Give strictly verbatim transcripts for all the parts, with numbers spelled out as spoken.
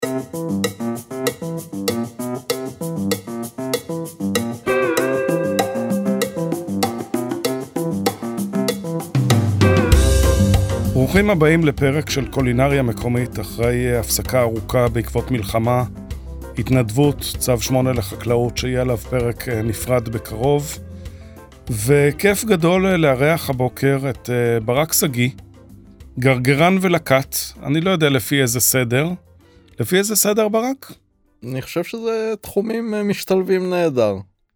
ברוכים הבאים לפרק של קולינריה מקומית אחרי הפסקה ארוכה בעקבות מלחמה, התנדבות, צו שמונה לחקלאות שיהיה עליו פרק נפרד בקרוב, וכיף גדול לארח הבוקר את ברק שגיא, גרגרן ולקט, אני לא יודע לפי איזה סדר, לפי איזה סדר ברק? אני חושב שזה תחומים משתלבים נהדר,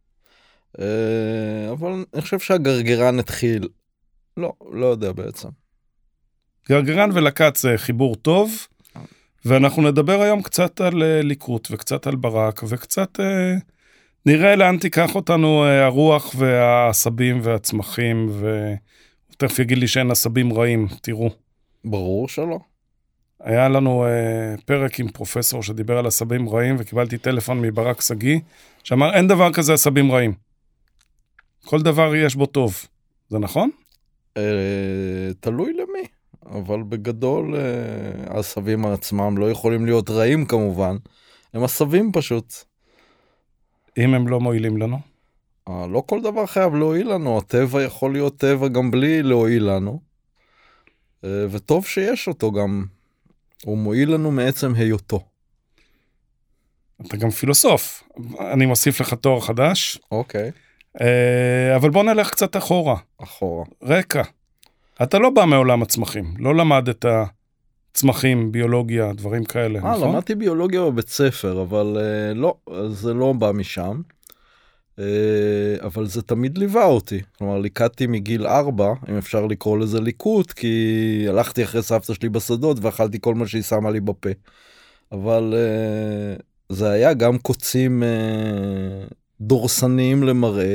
אבל אני חושב שהגרגרן התחיל, לא, לא יודע בעצם. גרגרן ולקט זה חיבור טוב, ואנחנו נדבר היום קצת על ליקוט וקצת על ברק, וקצת אה, נראה לאן תיקח אותנו אה, הרוח והעשבים והצמחים, ותכף יגיד לי שאין עשבים רעים, תראו. ברור שלא. היה לנו אה, פרק עם פרופסור שדיבר על עשבים רעים, וקיבלתי טלפון מברק שגיא, שאמר אין דבר כזה עשבים רעים. כל דבר יש בו טוב. זה נכון? אה, תלוי למי. אבל בגדול העשבים עצמם לא יכולים להיות רעים כמובן, הם עשבים פשוט. אם הם לא מועילים לנו? לא כל דבר חייב להועיל לנו, הטבע יכול להיות טבע גם בלי להועיל לנו, וטוב שיש אותו גם, הוא מועיל לנו מעצם היותו. אתה גם פילוסוף, אני מוסיף לך תואר חדש. אוקיי. אבל בוא נלך קצת אחורה. אחורה. רקע. אתה לא בא מעולם הצמחים, לא למד את הצמחים, ביולוגיה, דברים כאלה, אה, נכון? למדתי ביולוגיה בבית ספר, אבל uh, לא, זה לא בא משם. Uh, אבל זה תמיד ליווה אותי. כלומר, ליקטתי מגיל ארבע, אם אפשר לקרוא לזה ליקוט, כי הלכתי אחרי סבתא שלי בשדות, ואכלתי כל מה שהיא שמה לי בפה. אבל uh, זה היה גם קוצים uh, דורסניים למראה,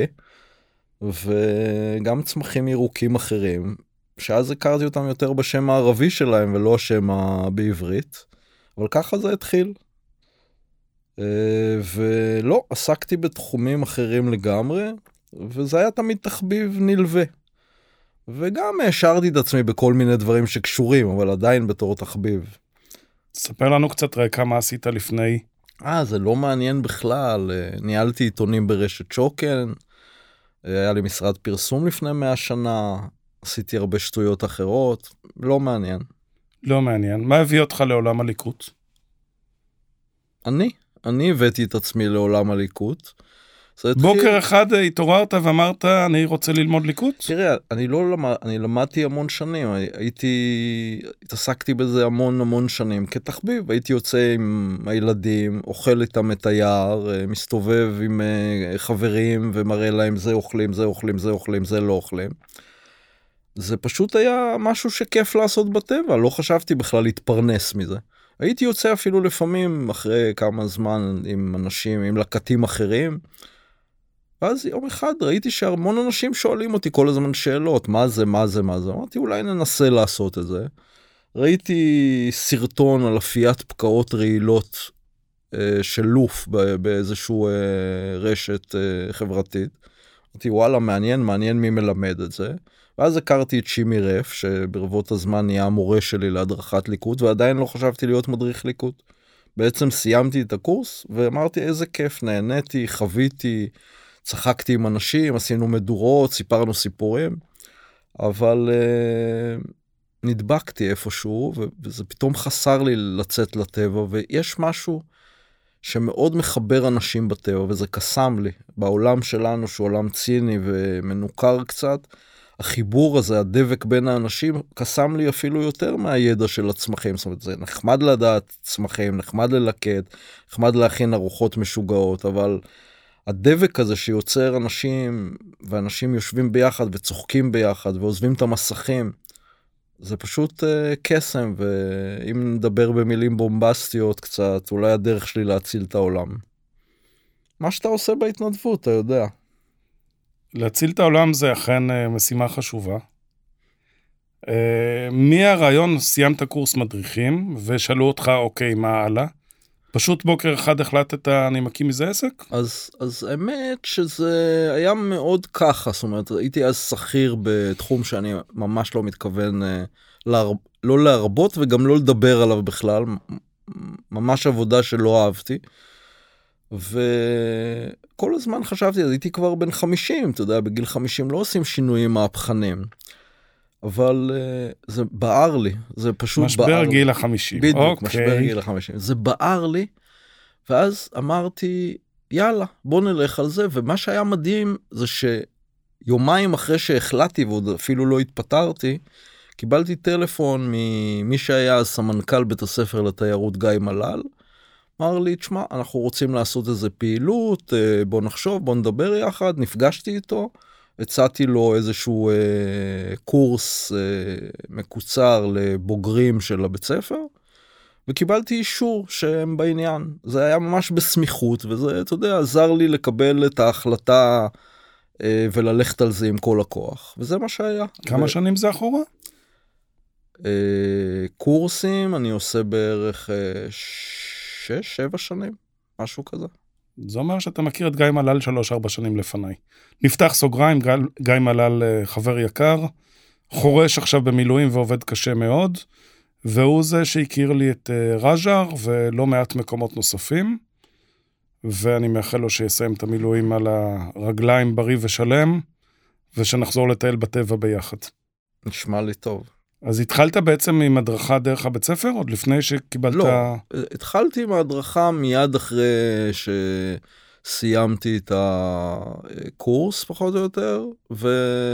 וגם צמחים ירוקים אחרים, שאז הכרתי אותם יותר בשם הערבי שלהם ולא השם בעברית, אבל ככה זה התחיל. ולא, עסקתי בתחומים אחרים לגמרי, וזה היה תמיד תחביב נלווה. וגם השארתי את עצמי בכל מיני דברים שקשורים, אבל עדיין בתור תחביב. ספר לנו קצת רקע מה עשית לפני. אה, זה לא מעניין בכלל. ניהלתי עיתונים ברשת שוקן, היה לי משרד פרסום לפני מאה שנה, עשיתי הרבה שטויות אחרות, לא מעניין. לא מעניין. מה הביא אותך לעולם הליקוט? אני, אני הבאתי את עצמי לעולם הליקוט. בוקר התחיל... אחד התעוררת ואמרת, אני רוצה ללמוד ליקוט? תראה, אני לא למד, אני למדתי המון שנים, הייתי, התעסקתי בזה המון המון שנים כתחביב, הייתי יוצא עם הילדים, אוכל איתם את היער, מסתובב עם חברים ומראה להם זה אוכלים, זה אוכלים, זה אוכלים, זה לא אוכלים. זה פשוט היה משהו שכיף לעשות בטבע, לא חשבתי בכלל להתפרנס מזה. הייתי יוצא אפילו לפעמים אחרי כמה זמן עם אנשים, עם לקטים אחרים, ואז יום אחד ראיתי שהרמון אנשים שואלים אותי כל הזמן שאלות, מה זה, מה זה, מה זה, אמרתי אולי ננסה לעשות את זה. ראיתי סרטון על אפיית פקעות רעילות אה, של לוף באיזשהו אה, רשת אה, חברתית, אמרתי וואלה מעניין, מעניין מי מלמד את זה, ואז הכרתי את שימי רף, שברבות הזמן נהיה המורה שלי להדרכת ליקוט, ועדיין לא חשבתי להיות מדריך ליקוט. בעצם סיימתי את הקורס, ואמרתי איזה כיף, נהניתי, חוויתי, צחקתי עם אנשים, עשינו מדורות, סיפרנו סיפורים, אבל uh, נדבקתי איפשהו, וזה פתאום חסר לי לצאת לטבע, ויש משהו שמאוד מחבר אנשים בטבע, וזה קסם לי. בעולם שלנו, שהוא עולם ציני ומנוכר קצת, החיבור הזה, הדבק בין האנשים, קסם לי אפילו יותר מהידע של הצמחים. זאת אומרת, זה נחמד לדעת צמחים, נחמד ללקט, נחמד להכין ארוחות משוגעות, אבל הדבק הזה שיוצר אנשים, ואנשים יושבים ביחד וצוחקים ביחד, ועוזבים את המסכים, זה פשוט uh, קסם, ואם נדבר במילים בומבסטיות קצת, אולי הדרך שלי להציל את העולם. מה שאתה עושה בהתנדבות, אתה יודע. להציל את העולם זה אכן uh, משימה חשובה. Uh, מי הרעיון סיימת קורס מדריכים, ושאלו אותך, אוקיי, מה הלאה? פשוט בוקר אחד החלטת, אני מקים מזה עסק? אז, אז האמת שזה היה מאוד ככה, זאת אומרת, הייתי אז שכיר בתחום שאני ממש לא מתכוון, להר... לא להרבות וגם לא לדבר עליו בכלל, ממש עבודה שלא אהבתי. וכל הזמן חשבתי, אז הייתי כבר בן חמישים, אתה יודע, בגיל חמישים לא עושים שינויים מהפכנים. אבל uh, זה בער לי, זה פשוט משבר בער גיל לי. החמישים. בדיוק, אוקיי. משבר גיל החמישים. זה בער לי, ואז אמרתי, יאללה, בוא נלך על זה, ומה שהיה מדהים זה שיומיים אחרי שהחלטתי, ועוד אפילו לא התפטרתי, קיבלתי טלפון ממי שהיה סמנכ"ל בית הספר לתיירות גיא מלל, אמר לי, תשמע, אנחנו רוצים לעשות איזה פעילות, בוא נחשוב, בוא נדבר יחד, נפגשתי איתו, הצעתי לו איזשהו אה, קורס אה, מקוצר לבוגרים של הבית ספר, וקיבלתי אישור שהם בעניין. זה היה ממש בסמיכות, וזה, אתה יודע, עזר לי לקבל את ההחלטה אה, וללכת על זה עם כל הכוח. וזה מה שהיה. כמה ו... שנים זה אחורה? אה, קורסים, אני עושה בערך אה, שש, שבע שנים, משהו כזה. זה אומר שאתה מכיר את גיא מלל שלוש, ארבע שנים לפניי. נפתח סוגריים, גיא, גיא מלל חבר יקר, חורש עכשיו במילואים ועובד קשה מאוד, והוא זה שהכיר לי את רג'ר ולא מעט מקומות נוספים, ואני מאחל לו שיסיים את המילואים על הרגליים בריא ושלם, ושנחזור לטייל בטבע ביחד. נשמע לי טוב. אז התחלת בעצם עם הדרכה דרך הבית ספר, עוד לפני שקיבלת... לא, התחלתי עם ההדרכה מיד אחרי שסיימתי את הקורס, פחות או יותר, ו...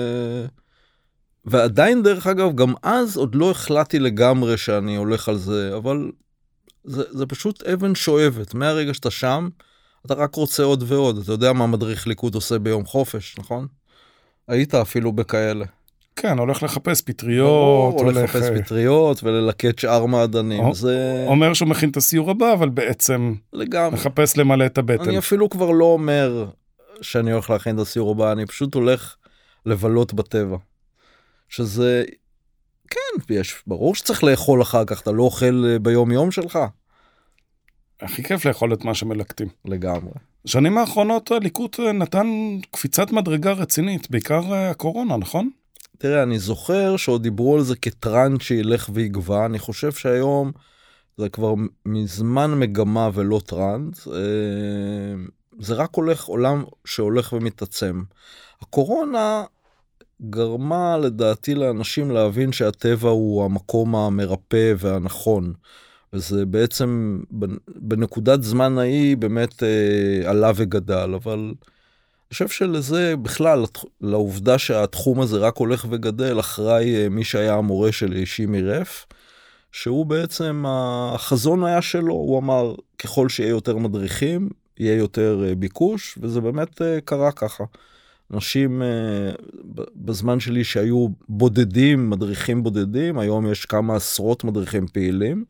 ועדיין דרך אגב, גם אז עוד לא החלטתי לגמרי שאני הולך על זה, אבל זה, זה פשוט אבן שואבת. מהרגע שאתה שם, אתה רק רוצה עוד ועוד. אתה יודע מה מדריך ליכוד עושה ביום חופש, נכון? היית אפילו בכאלה. כן, הולך לחפש פטריות. הולך לחפש פטריות וללקט שאר מעדנים. זה... אומר שהוא מכין את הסיור הבא, אבל בעצם לגמרי. מחפש למלא את הבטן. אני אפילו כבר לא אומר שאני הולך להכין את הסיור הבא, אני פשוט הולך לבלות בטבע. שזה, כן, יש, ברור שצריך לאכול אחר כך, אתה לא אוכל ביום יום שלך. הכי כיף לאכול את מה שמלקטים. לגמרי. שנים האחרונות הליכוד נתן קפיצת מדרגה רצינית, בעיקר הקורונה, נכון? תראה, אני זוכר שעוד דיברו על זה כטרנד שילך ויגבה, אני חושב שהיום זה כבר מזמן מגמה ולא טרנד, זה רק הולך, עולם שהולך ומתעצם. הקורונה גרמה לדעתי לאנשים להבין שהטבע הוא המקום המרפא והנכון, וזה בעצם בנקודת זמן ההיא באמת אה, עלה וגדל, אבל אני חושב שלזה בכלל, לעובדה שהתחום הזה רק הולך וגדל, אחרי מי שהיה המורה שלי, שימי רף, שהוא בעצם, החזון היה שלו, הוא אמר, ככל שיהיה יותר מדריכים, יהיה יותר ביקוש, וזה באמת קרה ככה. אנשים בזמן שלי שהיו בודדים, מדריכים בודדים, היום יש כמה עשרות מדריכים פעילים,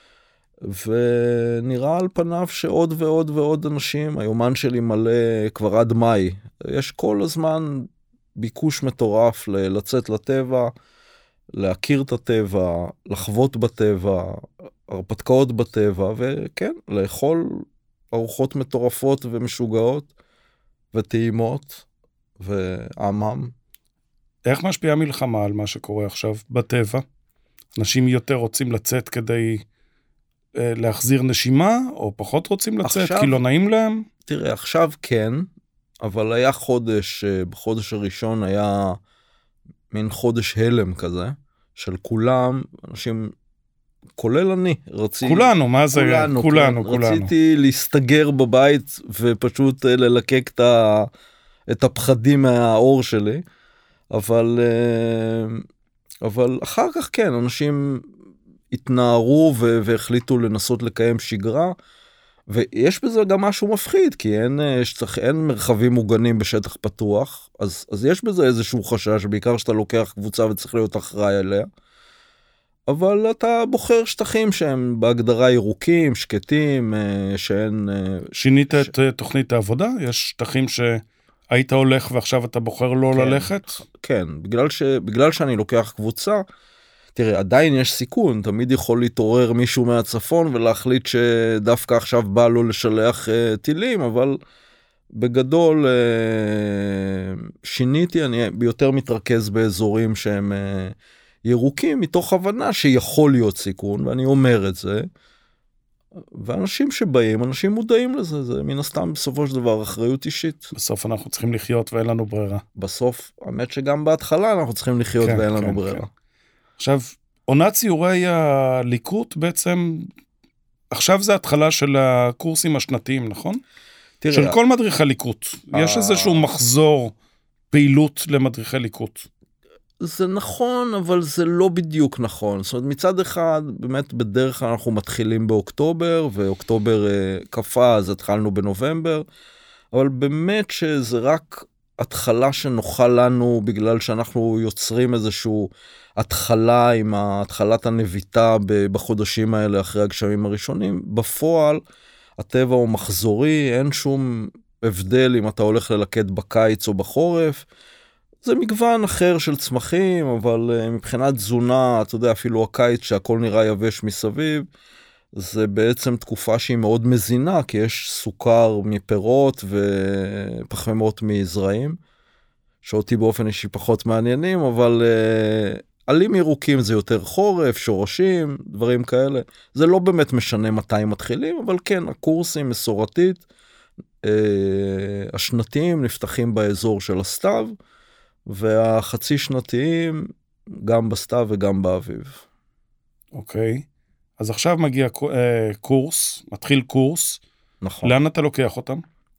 ונראה על פניו שעוד ועוד ועוד אנשים, היומן שלי מלא כבר עד מאי, יש כל הזמן ביקוש מטורף לצאת לטבע, להכיר את הטבע, לחוות בטבע, הרפתקאות בטבע, וכן, לאכול ארוחות מטורפות ומשוגעות וטעימות ועמם. איך משפיעה מלחמה על מה שקורה עכשיו בטבע? אנשים יותר רוצים לצאת כדי אה, להחזיר נשימה, או פחות רוצים לצאת עכשיו, כי לא נעים להם? תראה, עכשיו כן, אבל היה חודש, בחודש הראשון היה מין חודש הלם כזה, של כולם, אנשים, כולל אני, רציתי... כולנו, מה זה? כולנו, כולנו, כן, כולנו. רציתי להסתגר בבית, ופשוט ללקק את, ה, את הפחדים מהאור שלי, אבל, אבל אחר כך כן, אנשים התנערו והחליטו לנסות לקיים שגרה, ויש בזה גם משהו מפחיד, כי אין, שצריך, אין מרחבים מוגנים בשטח פתוח, אז, אז יש בזה איזשהו חשש, בעיקר שאתה לוקח קבוצה וצריך להיות אחראי עליה, אבל אתה בוחר שטחים שהם בהגדרה ירוקים, שקטים, שאין... שינית ש... את תוכנית העבודה? יש שטחים שהיית הולך ועכשיו אתה בוחר לא כן, ללכת? כן, בגלל, ש... בגלל שאני לוקח קבוצה, תראה, עדיין יש סיכון, תמיד יכול להתעורר מישהו מהצפון ולהחליט שדווקא עכשיו בא לו לשלח uh, טילים, אבל בגדול uh, שיניתי, אני ביותר מתרכז באזורים שהם uh, ירוקים, מתוך הבנה שיכול להיות סיכון, ואני אומר את זה, ואנשים שבאים, אנשים מודעים לזה, זה מן הסתם בסופו של דבר אחריות אישית. בסוף אנחנו צריכים לחיות ואין לנו ברירה. בסוף, האמת שגם בהתחלה אנחנו צריכים לחיות כן, ואין לנו כן, ברירה. כן. עכשיו, עונת ציורי הליקוט בעצם, עכשיו זה התחלה של הקורסים השנתיים, נכון? תראה, של כל מדריכי ליקוט. יש איזשהו מחזור פעילות למדריכי ליקוט. זה נכון, אבל זה לא בדיוק נכון. זאת אומרת, מצד אחד, באמת בדרך כלל אנחנו מתחילים באוקטובר, ואוקטובר קפה, אז התחלנו בנובמבר, אבל באמת שזה רק התחלה שנוחה לנו, בגלל שאנחנו יוצרים איזשהו התחלה עם התחלת הנביטה בחודשים האלה אחרי הגשמים הראשונים. בפועל, הטבע הוא מחזורי, אין שום הבדל אם אתה הולך ללקט בקיץ או בחורף. זה מגוון אחר של צמחים, אבל uh, מבחינת תזונה, אתה יודע, אפילו הקיץ שהכל נראה יבש מסביב, זה בעצם תקופה שהיא מאוד מזינה, כי יש סוכר מפירות ופחמימות מזרעים, שאותי באופן אישי פחות מעניינים, אבל uh, עלים ירוקים זה יותר חורף, שורשים, דברים כאלה. זה לא באמת משנה מתי מתחילים, אבל כן, הקורסים מסורתית, uh, השנתיים נפתחים באזור של הסתיו, והחצי שנתיים גם בסתיו וגם באביב. אוקיי. אז עכשיו מגיע קורס, מתחיל קורס. נכון. לאן אתה לוקח אותם?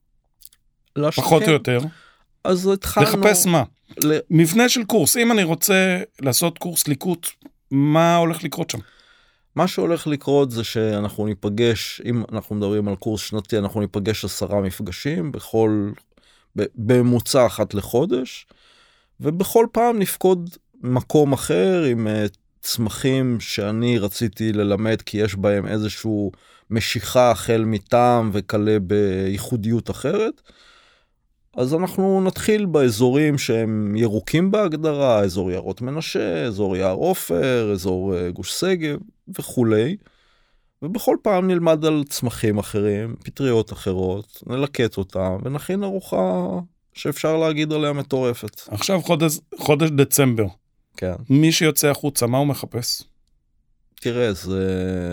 לשכן. פחות או יותר. אז התחלנו... לחפש מה? ל... מבנה של קורס. אם אני רוצה לעשות קורס ליקוט, מה הולך לקרות שם? מה שהולך לקרות זה שאנחנו ניפגש, אם אנחנו מדברים על קורס שנתי, אנחנו ניפגש עשרה מפגשים, בכל, בממוצע אחת לחודש, ובכל פעם נפקוד מקום אחר עם צמחים שאני רציתי ללמד, כי יש בהם איזשהו משיכה החל מטעם וכלה בייחודיות אחרת. אז אנחנו נתחיל באזורים שהם ירוקים בהגדרה, אזור יערות מנשה, אזור יער עופר, אזור גוש שגב וכולי. ובכל פעם נלמד על צמחים אחרים, פטריות אחרות, נלקט אותם ונכין ארוחה שאפשר להגיד עליה מטורפת. עכשיו חודש, חודש דצמבר. כן. מי שיוצא החוצה, מה הוא מחפש? תראה, זה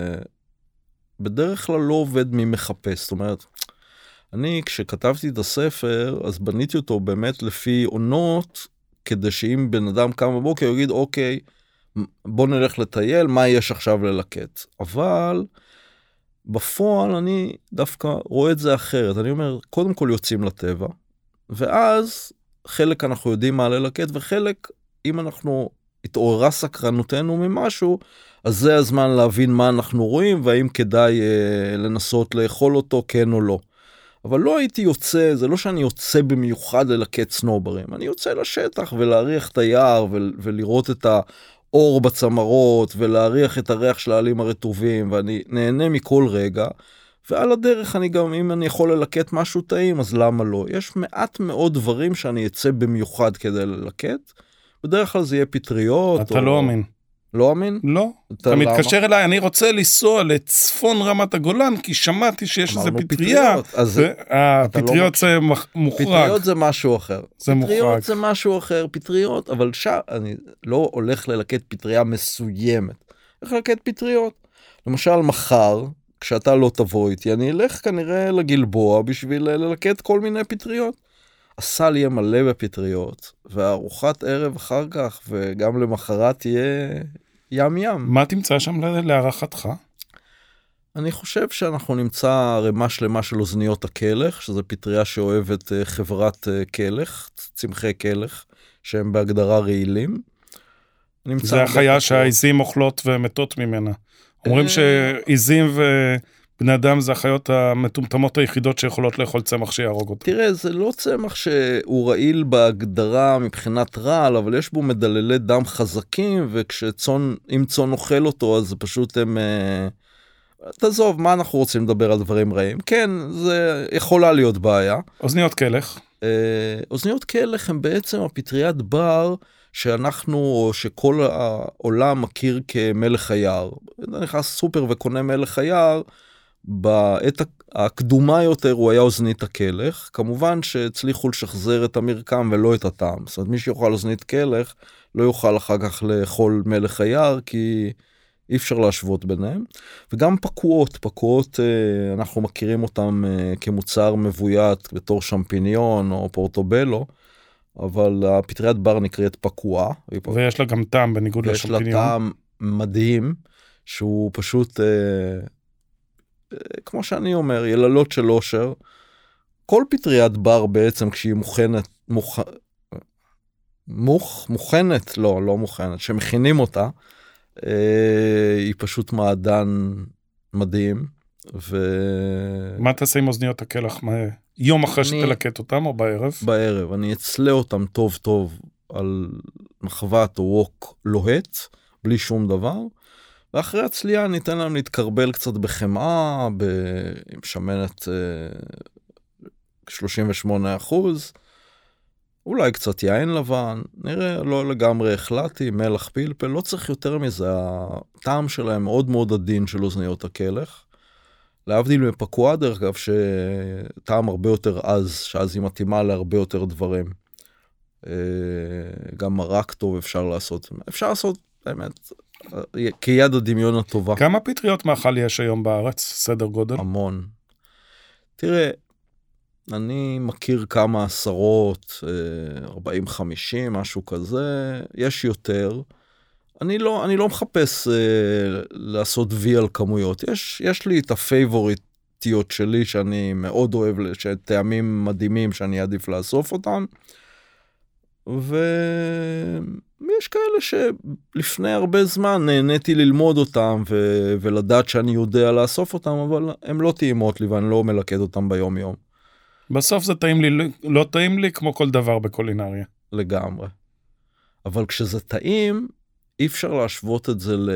בדרך כלל לא עובד מי מחפש. זאת אומרת, אני כשכתבתי את הספר, אז בניתי אותו באמת לפי עונות, כדי שאם בן אדם קם בבוקר, הוא יגיד, אוקיי, בוא נלך לטייל, מה יש עכשיו ללקט? אבל בפועל אני דווקא רואה את זה אחרת. אני אומר, קודם כל יוצאים לטבע, ואז חלק אנחנו יודעים מה ללקט, וחלק, אם אנחנו התעוררה סקרנותנו ממשהו, אז זה הזמן להבין מה אנחנו רואים, והאם כדאי אה, לנסות לאכול אותו, כן או לא. אבל לא הייתי יוצא, זה לא שאני יוצא במיוחד ללקט סנוברים, אני יוצא לשטח ולהריח את היער ול, ולראות את האור בצמרות ולהריח את הריח של העלים הרטובים, ואני נהנה מכל רגע, ועל הדרך אני גם, אם אני יכול ללקט משהו טעים, אז למה לא? יש מעט מאוד דברים שאני אצא במיוחד כדי ללקט, בדרך כלל זה יהיה פטריות. אתה או... לא אמין. לא אמין? לא. אתה, אתה מתקשר אליי, אני רוצה לנסוע לצפון רמת הגולן, כי שמעתי שיש איזה פטריה. הפטריות זה מוחרג. פטריות זה משהו אחר. זה מוחרג. פטריות זה משהו אחר, פטריות, אבל שם אני לא הולך ללקט פטריה מסוימת. הולך ללקט פטריות. למשל מחר, כשאתה לא תבוא איתי, אני אלך כנראה לגלבוע בשביל ללקט כל מיני פטריות. הסל יהיה מלא בפטריות, והארוחת ערב אחר כך, וגם למחרת תהיה ים ים. מה תמצא שם להערכתך? אני חושב שאנחנו נמצא רמה שלמה של אוזניות הכלך, שזה פטריה שאוהבת חברת כלך, צמחי כלך, שהם בהגדרה רעילים. זה החיה שהעיזים אוכלות ומתות ממנה. אומרים שעיזים ו... בני אדם זה החיות המטומטמות היחידות שיכולות לאכול צמח שיהרוג אותם. תראה, זה לא צמח שהוא רעיל בהגדרה מבחינת רעל, אבל יש בו מדללי דם חזקים, וכשצון, אם צון אוכל אותו, אז פשוט הם... תעזוב, מה אנחנו רוצים לדבר על דברים רעים? כן, זה יכולה להיות בעיה. אוזניות כלך. אוזניות כלך הם בעצם הפטריית בר, שאנחנו, או שכל העולם מכיר כמלך היער. אני נכנס סופר וקונה מלך היער, בעת הקדומה יותר הוא היה אוזנית הכלך, כמובן שהצליחו לשחזר את המרקם ולא את הטעם, זאת אומרת מי שיוכל אוזנית כלך לא יוכל אחר כך לאכול מלך היער, כי אי אפשר להשוות ביניהם, וגם פקועות, פקועות אנחנו מכירים אותם כמוצר מבוית בתור שמפיניון או פורטובלו, אבל הפטריית בר נקראת פקועה. ויש לה גם טעם בניגוד לשמפיניון. יש לה טעם מדהים, שהוא פשוט, כמו שאני אומר, יללות של אושר. כל פטריית בר בעצם כשהיא מוכנת, מוכ... מוכ... מוכנת, לא, לא מוכנת, שמכינים אותה, היא פשוט מעדן מדהים. ו... מה תעשה עם אוזניות הכלח? יום אחרי אני... שתלקט אותם או בערב? בערב, אני אצלה אותם טוב טוב על מחבת או ווק לוהט, בלי שום דבר, ואחרי הצלייה ניתן להם להתקרבל קצת בחמאה, עם שמנת שלושים ושמונה אחוז, אולי קצת יין לבן, נראה, לא לגמרי החלטי, מלח פלפל, לא צריך יותר מזה, הטעם שלהם מאוד מאוד עדין של אוזניות הכלך, להבדיל מפקועה דרך אגב, שטעם הרבה יותר עז, שאז היא מתאימה להרבה יותר דברים. גם מרק טוב אפשר לעשות, אפשר לעשות באמת, כיד הדמיון הטובה. כמה פטריות מאכל יש היום בארץ, סדר גודל? המון. תראה, אני מכיר כמה עשרות, ארבעים חמישים, משהו כזה, יש יותר. אני לא, אני לא מחפש אה, לעשות וי על כמויות. יש, יש לי את הפייבוריטיות שלי שאני מאוד אוהב, שטעמים מדהימים שאני עדיף לאסוף אותם. ויש כאלה שלפני הרבה זמן נהניתי ללמוד אותם ו... ולדעת שאני יודע לאסוף אותם, אבל הם לא טעימות לי ואני לא מלקט אותם ביום יום. בסוף זה טעים לי, לא טעים לי כמו כל דבר בקולינריה. לגמרי. אבל כשזה טעים, אי אפשר להשוות את זה ל...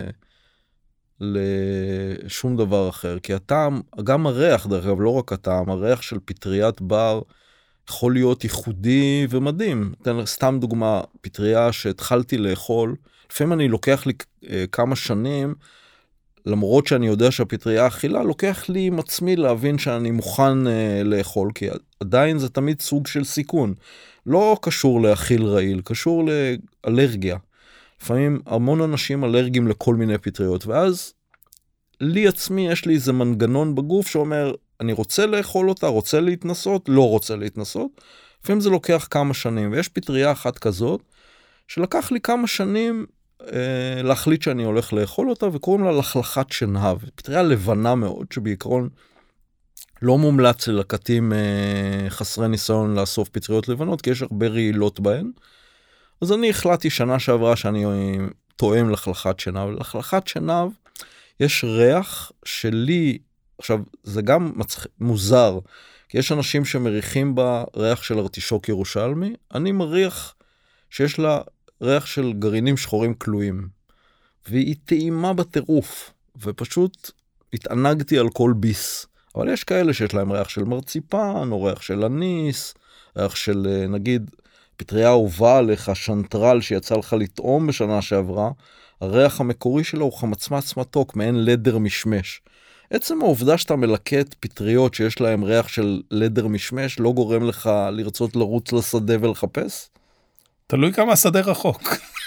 לשום דבר אחר, כי הטעם, גם הריח דרך אגב, לא רק הטעם, הריח של פטריית בר יכול להיות ייחודי ומדהים. אתן סתם דוגמה, פטריה שהתחלתי לאכול, לפעמים אני לוקח לי כמה שנים, למרות שאני יודע שהפטריה אכילה, לוקח לי עם עצמי להבין שאני מוכן אה, לאכול, כי עדיין זה תמיד סוג של סיכון. לא קשור לאכיל רעיל, קשור לאלרגיה. לפעמים המון אנשים אלרגיים לכל מיני פטריות, ואז לי עצמי יש לי איזה מנגנון בגוף שאומר, אני רוצה לאכול אותה, רוצה להתנסות, לא רוצה להתנסות. לפעמים זה לוקח כמה שנים, ויש פטריה אחת כזאת, שלקח לי כמה שנים אה, להחליט שאני הולך לאכול אותה, וקוראים לה לחלחת שנהב. פטריה לבנה מאוד, שבעיקרון לא מומלץ ללקטים אה, חסרי ניסיון לאסוף פטריות לבנות, כי יש הרבה רעילות בהן. אז אני החלטתי שנה שעברה שאני תואם לחלחת שנהב. לחלחת שנהב יש ריח שלי, עכשיו זה גם מצח... מוזר, כי יש אנשים שמריחים בה ריח של ארטישוק ירושלמי, אני מריח שיש לה ריח של גרעינים שחורים כלואים, והיא טעימה בטירוף, ופשוט התענגתי על כל ביס. אבל יש כאלה שיש להם ריח של מרציפן, או ריח של אניס, ריח של נגיד פטריה אהובה עליך, שנטרל שיצא לך לטעום בשנה שעברה, הריח המקורי שלו הוא חמצמץ מתוק, מעין לדר משמש. עצם העובדה שאתה מלקט פטריות שיש להם ריח של לדר משמש, לא גורם לך לרצות לרוץ לשדה ולחפש? תלוי כמה השדה רחוק.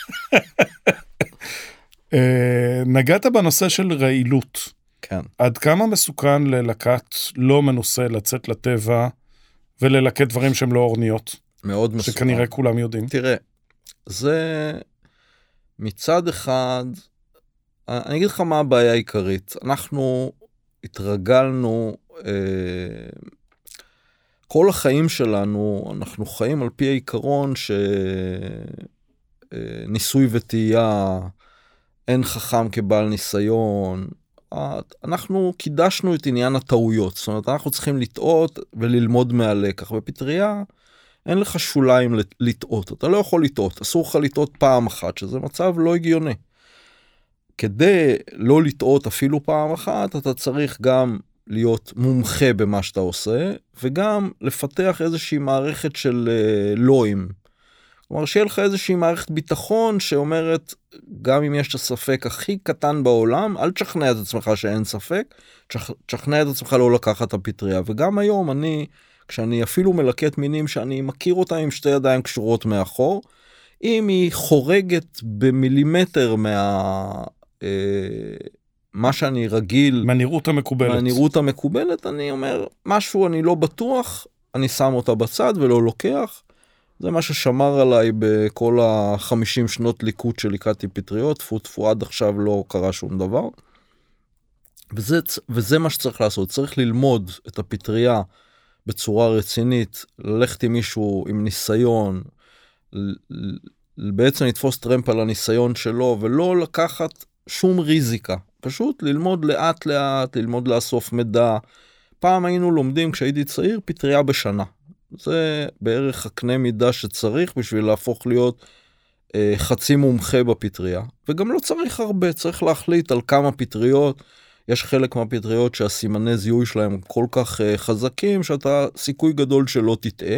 נגעת בנושא של רעילות. כן. עד כמה מסוכן ללקט לא מנוסה לצאת לטבע וללקט דברים שהם לא אורניות? מאוד מסוכן. שכנראה כולם יודעים. תראה, זה מצד אחד, אני אגיד לך מה הבעיה העיקרית. אנחנו התרגלנו, אה, כל החיים שלנו, אנחנו חיים על פי העיקרון שניסוי וטעייה, אין חכם כבעל ניסיון. אנחנו קידשנו את עניין הטעויות. זאת אומרת, אנחנו צריכים לטעות וללמוד מהלקח. בפטריה, אין לך שוליים לטעות, אתה לא יכול לטעות, אסור לך לטעות פעם אחת, שזה מצב לא הגיוני. כדי לא לטעות אפילו פעם אחת, אתה צריך גם להיות מומחה במה שאתה עושה, וגם לפתח איזושהי מערכת של uh, לואים. כלומר, שיהיה לך איזושהי מערכת ביטחון שאומרת, גם אם יש את הספק הכי קטן בעולם, אל תשכנע את עצמך שאין ספק, תשכנע את עצמך לא לקחת את הפטריה. וגם היום אני... כשאני אפילו מלקט מינים שאני מכיר אותם עם שתי ידיים קשורות מאחור, אם היא חורגת במילימטר מה, מה שאני רגיל, מהנראות המקובלת. מהנראות המקובלת, אני אומר, משהו אני לא בטוח, אני שם אותה בצד ולא לוקח. זה מה ששמר עליי בכל החמישים שנות ליקוט שליקטתי פטריות, טפו טפו עד עכשיו לא קרה שום דבר. וזה, וזה מה שצריך לעשות, צריך ללמוד את הפטריה בצורה רצינית, ללכת עם מישהו עם ניסיון, בעצם לתפוס טרמפ על הניסיון שלו, ולא לקחת שום ריזיקה, פשוט ללמוד לאט לאט, ללמוד לאסוף מידע. פעם היינו לומדים כשהייתי צעיר פטריה בשנה, זה בערך הקנה מידה שצריך בשביל להפוך להיות אה, חצי מומחה בפטריה, וגם לא צריך הרבה, צריך להחליט על כמה פטריות. יש חלק מהפטריות שהסימני זיהוי שלהם כל כך uh, חזקים, שאתה סיכוי גדול שלא תטעה,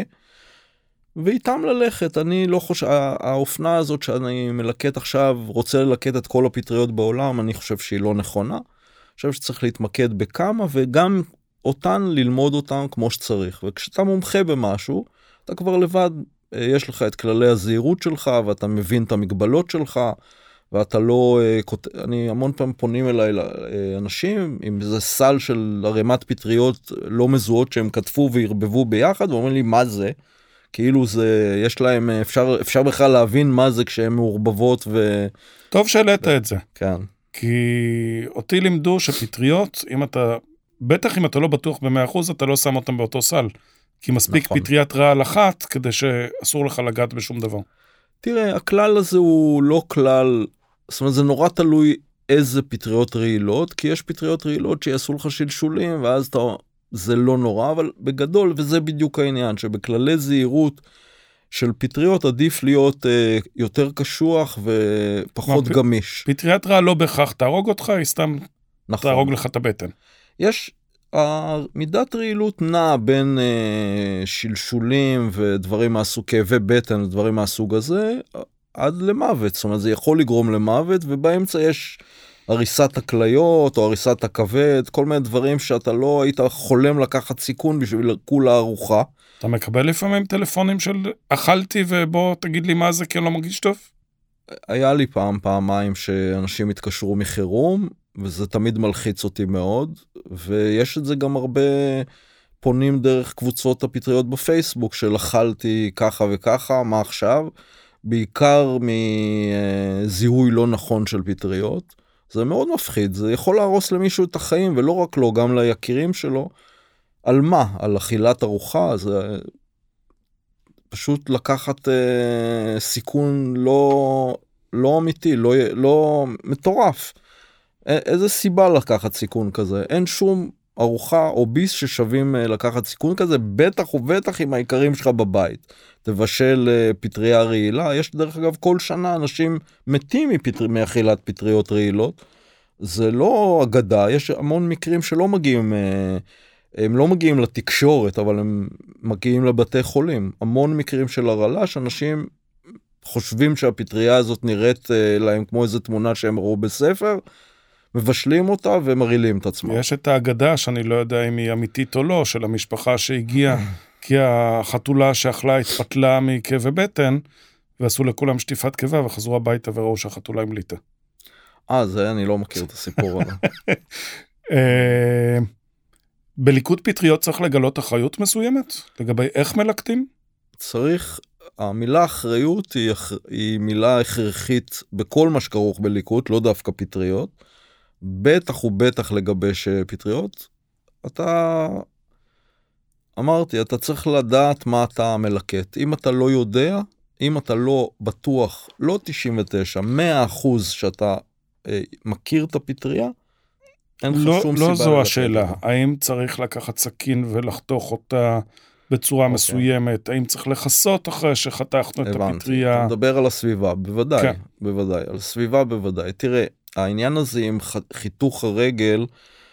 ואיתם ללכת. אני לא חושב, האופנה הזאת שאני מלקט עכשיו, רוצה ללקט את כל הפטריות בעולם, אני חושב שהיא לא נכונה. אני חושב שצריך להתמקד בכמה, וגם אותן ללמוד אותן כמו שצריך. וכשאתה מומחה במשהו, אתה כבר לבד, יש לך את כללי הזהירות שלך, ואתה מבין את המגבלות שלך, ואתה לא, אני המון פעם פונים אליי אנשים, עם איזה סל של ערימת פטריות לא מזוהות שהם כתפו והרבבו ביחד, ואומרים לי מה זה, כאילו זה, יש להם, אפשר, אפשר בכלל להבין מה זה כשהן מעורבבות ו... טוב שהעלית את זה. כן. כי אותי לימדו שפטריות, אם אתה, בטח אם אתה לא בטוח ב-מאה אחוז, אתה לא שם אותם באותו סל. כי מספיק נכון. פטריית רעל אחת, כדי שאסור לך לגעת בשום דבר. תראה, הכלל הזה הוא לא כלל, זאת אומרת, זה נורא תלוי איזה פטריות רעילות, כי יש פטריות רעילות שיעשו לך שלשולים, ואז אתה, זה לא נורא, אבל בגדול, וזה בדיוק העניין, שבכללי זהירות של פטריות עדיף להיות אה, יותר קשוח ופחות גמיש. פטריית רעל לא בהכרח תהרוג אותך, היא סתם נכון. תהרוג לך את הבטן. יש, מידת רעילות נעה בין אה, שלשולים ודברים מהסוג, כאבי בטן ודברים מהסוג הזה, עד למוות. זאת אומרת, זה יכול לגרום למוות, ובאמצע יש הריסת הכליות או הריסת הכבד, כל מיני דברים שאתה לא היית חולם לקחת סיכון בשביל כולה ארוחה. אתה מקבל לפעמים טלפונים של אכלתי ובוא תגיד לי מה זה כי אני לא מרגיש טוב? היה לי פעם, פעמיים שאנשים התקשרו מחירום, וזה תמיד מלחיץ אותי מאוד, ויש את זה גם הרבה פונים דרך קבוצות הפטריות בפייסבוק, של אכלתי ככה וככה, מה עכשיו? בעיקר מזיהוי לא נכון של פטריות. זה מאוד מפחיד, זה יכול להרוס למישהו את החיים, ולא רק לו, גם ליקירים שלו. על מה? על אכילת ארוחה, זה פשוט לקחת אה, סיכון לא, לא אמיתי, לא, לא מטורף. איזה סיבה לקחת סיכון כזה? אין שום ארוחה או ביס ששווים לקחת סיכון כזה, בטח ובטח עם העיקרים שלך בבית. תבשל פטריה רעילה, יש דרך אגב כל שנה אנשים מתים מפטר... מאכילת פטריות רעילות, זה לא אגדה, יש המון מקרים שלא מגיעים, הם לא מגיעים לתקשורת, אבל הם מגיעים לבתי חולים. המון מקרים של הרעלה, שאנשים חושבים שהפטריה הזאת נראית להם כמו איזו תמונה שהם ראו בספר, מבשלים אותה ומרעילים את עצמם. יש את האגדה שאני לא יודע אם היא אמיתית או לא, של המשפחה שהגיעה, כי החתולה שאכלה התפתלה מכאבי בטן, ועשו לכולם שטיפת קיבה, וחזרו הביתה וראו שהחתולה המליטה. אה, זה אני לא מכיר את הסיפור הזה. בליקוט פטריות צריך לגלות אחריות מסוימת? לגבי איך מלקטים? צריך, המילה אחריות היא, היא מילה הכרחית בכל מה שכרוך בליקוט, לא דווקא פטריות. בטח ובטח לגבש פטריות. אתה, אמרתי, אתה צריך לדעת מה אתה מלקט. אם אתה לא יודע, אם אתה לא בטוח, לא תשעים ותשע, מאה אחוז שאתה אה, מכיר את הפטריה, אין לך לא, שום לא סיבה. לא זו השאלה. האם צריך לקחת סכין ולחתוך אותה בצורה okay. מסוימת? האם צריך לחסות אחרי שחתכנו את הפטריה? אתה מדבר על הסביבה, בוודאי, כן. בוודאי. על הסביבה בוודאי. תראה, העניין הזה עם חיתוך הרגל,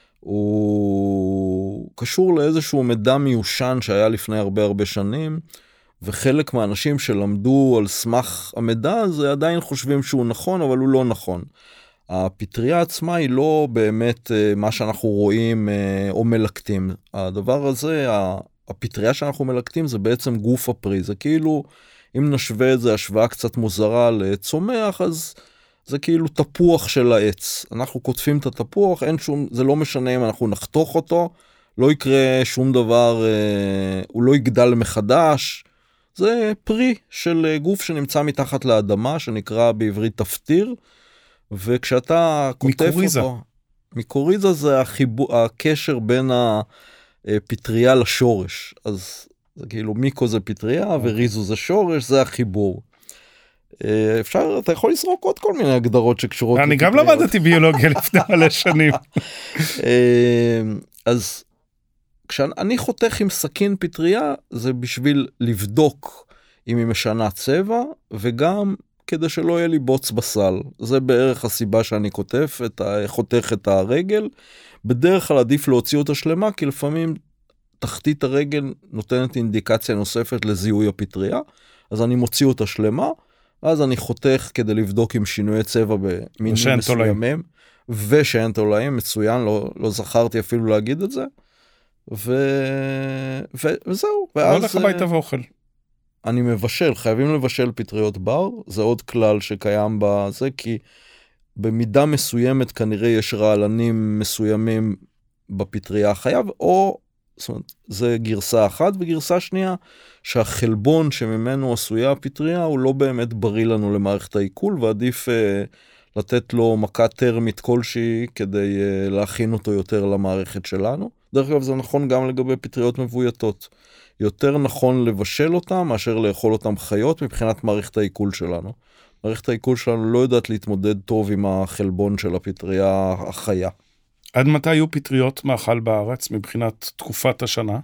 הוא קשור לאיזשהו מידע מיושן שהיה לפני הרבה הרבה שנים, וחלק מהאנשים שלמדו על סמך המידע הזה עדיין חושבים שהוא נכון, אבל הוא לא נכון. הפטריה עצמה היא לא באמת מה שאנחנו רואים או מלקטים. הדבר הזה, הפטריה שאנחנו מלקטים זה בעצם גוף הפרי. זה כאילו, אם נשווה את זה השוואה קצת מוזרה לצומח, אז זה כאילו תפוח של העץ. אנחנו קוטפים את התפוח, אין שום, זה לא משנה אם אנחנו נחתוך אותו, לא יקרה שום דבר, אה, הוא לא יגדל מחדש. זה פרי של גוף שנמצא מתחת לאדמה, שנקרא בעברית תפטיר, וכשאתה קוטף מיקוריזה. אותו... מיקוריזה זה החיבור, הקשר בין הפטריה לשורש. אז זה כאילו מיקו זה פטריה וריזו זה שורש, זה החיבור. אפשר, אתה יכול לסרוק עוד כל מיני הגדרות שקשורות אני גם למדתי ביולוגיה לפני מלא שנים. אז כשאני חותך עם סכין פטריה, זה בשביל לבדוק אם היא משנה צבע, וגם כדי שלא יהיה לי בוץ בסל. זה בערך הסיבה שאני כותף, את ה... חותך את הרגל. בדרך כלל עדיף להוציא אותה שלמה, כי לפעמים תחתית הרגל נותנת אינדיקציה נוספת לזיהוי הפטריה, אז אני מוציא אותה שלמה, אז אני חותך כדי לבדוק עם שינוי צבע במינים מסוימים, ושאין תולעים, מצוין, לא, לא זכרתי אפילו להגיד את זה, ו... ו... וזהו. לא הולך הביתה ואוכל. אני מבשל, חייבים לבשל פטריות בר, זה עוד כלל שקיים בזה, כי במידה מסוימת כנראה יש רעלנים מסוימים בפטריה החייב, או, זאת אומרת, זה גרסה אחת, וגרסה שנייה, שהחלבון שממנו עשויה הפטריה, הוא לא באמת בריא לנו למערכת העיכול, ועדיף אה, לתת לו מכה טרמית כלשהי, כדי אה, להכין אותו יותר למערכת שלנו. דרך אגב, זה נכון גם לגבי פטריות מבויתות. יותר נכון לבשל אותם, מאשר לאכול אותם חיות, מבחינת מערכת העיכול שלנו. מערכת העיכול שלנו לא יודעת להתמודד טוב עם החלבון של הפטריה החיה. עד מתי היו פטריות מאכל בארץ, מבחינת תקופת השנה?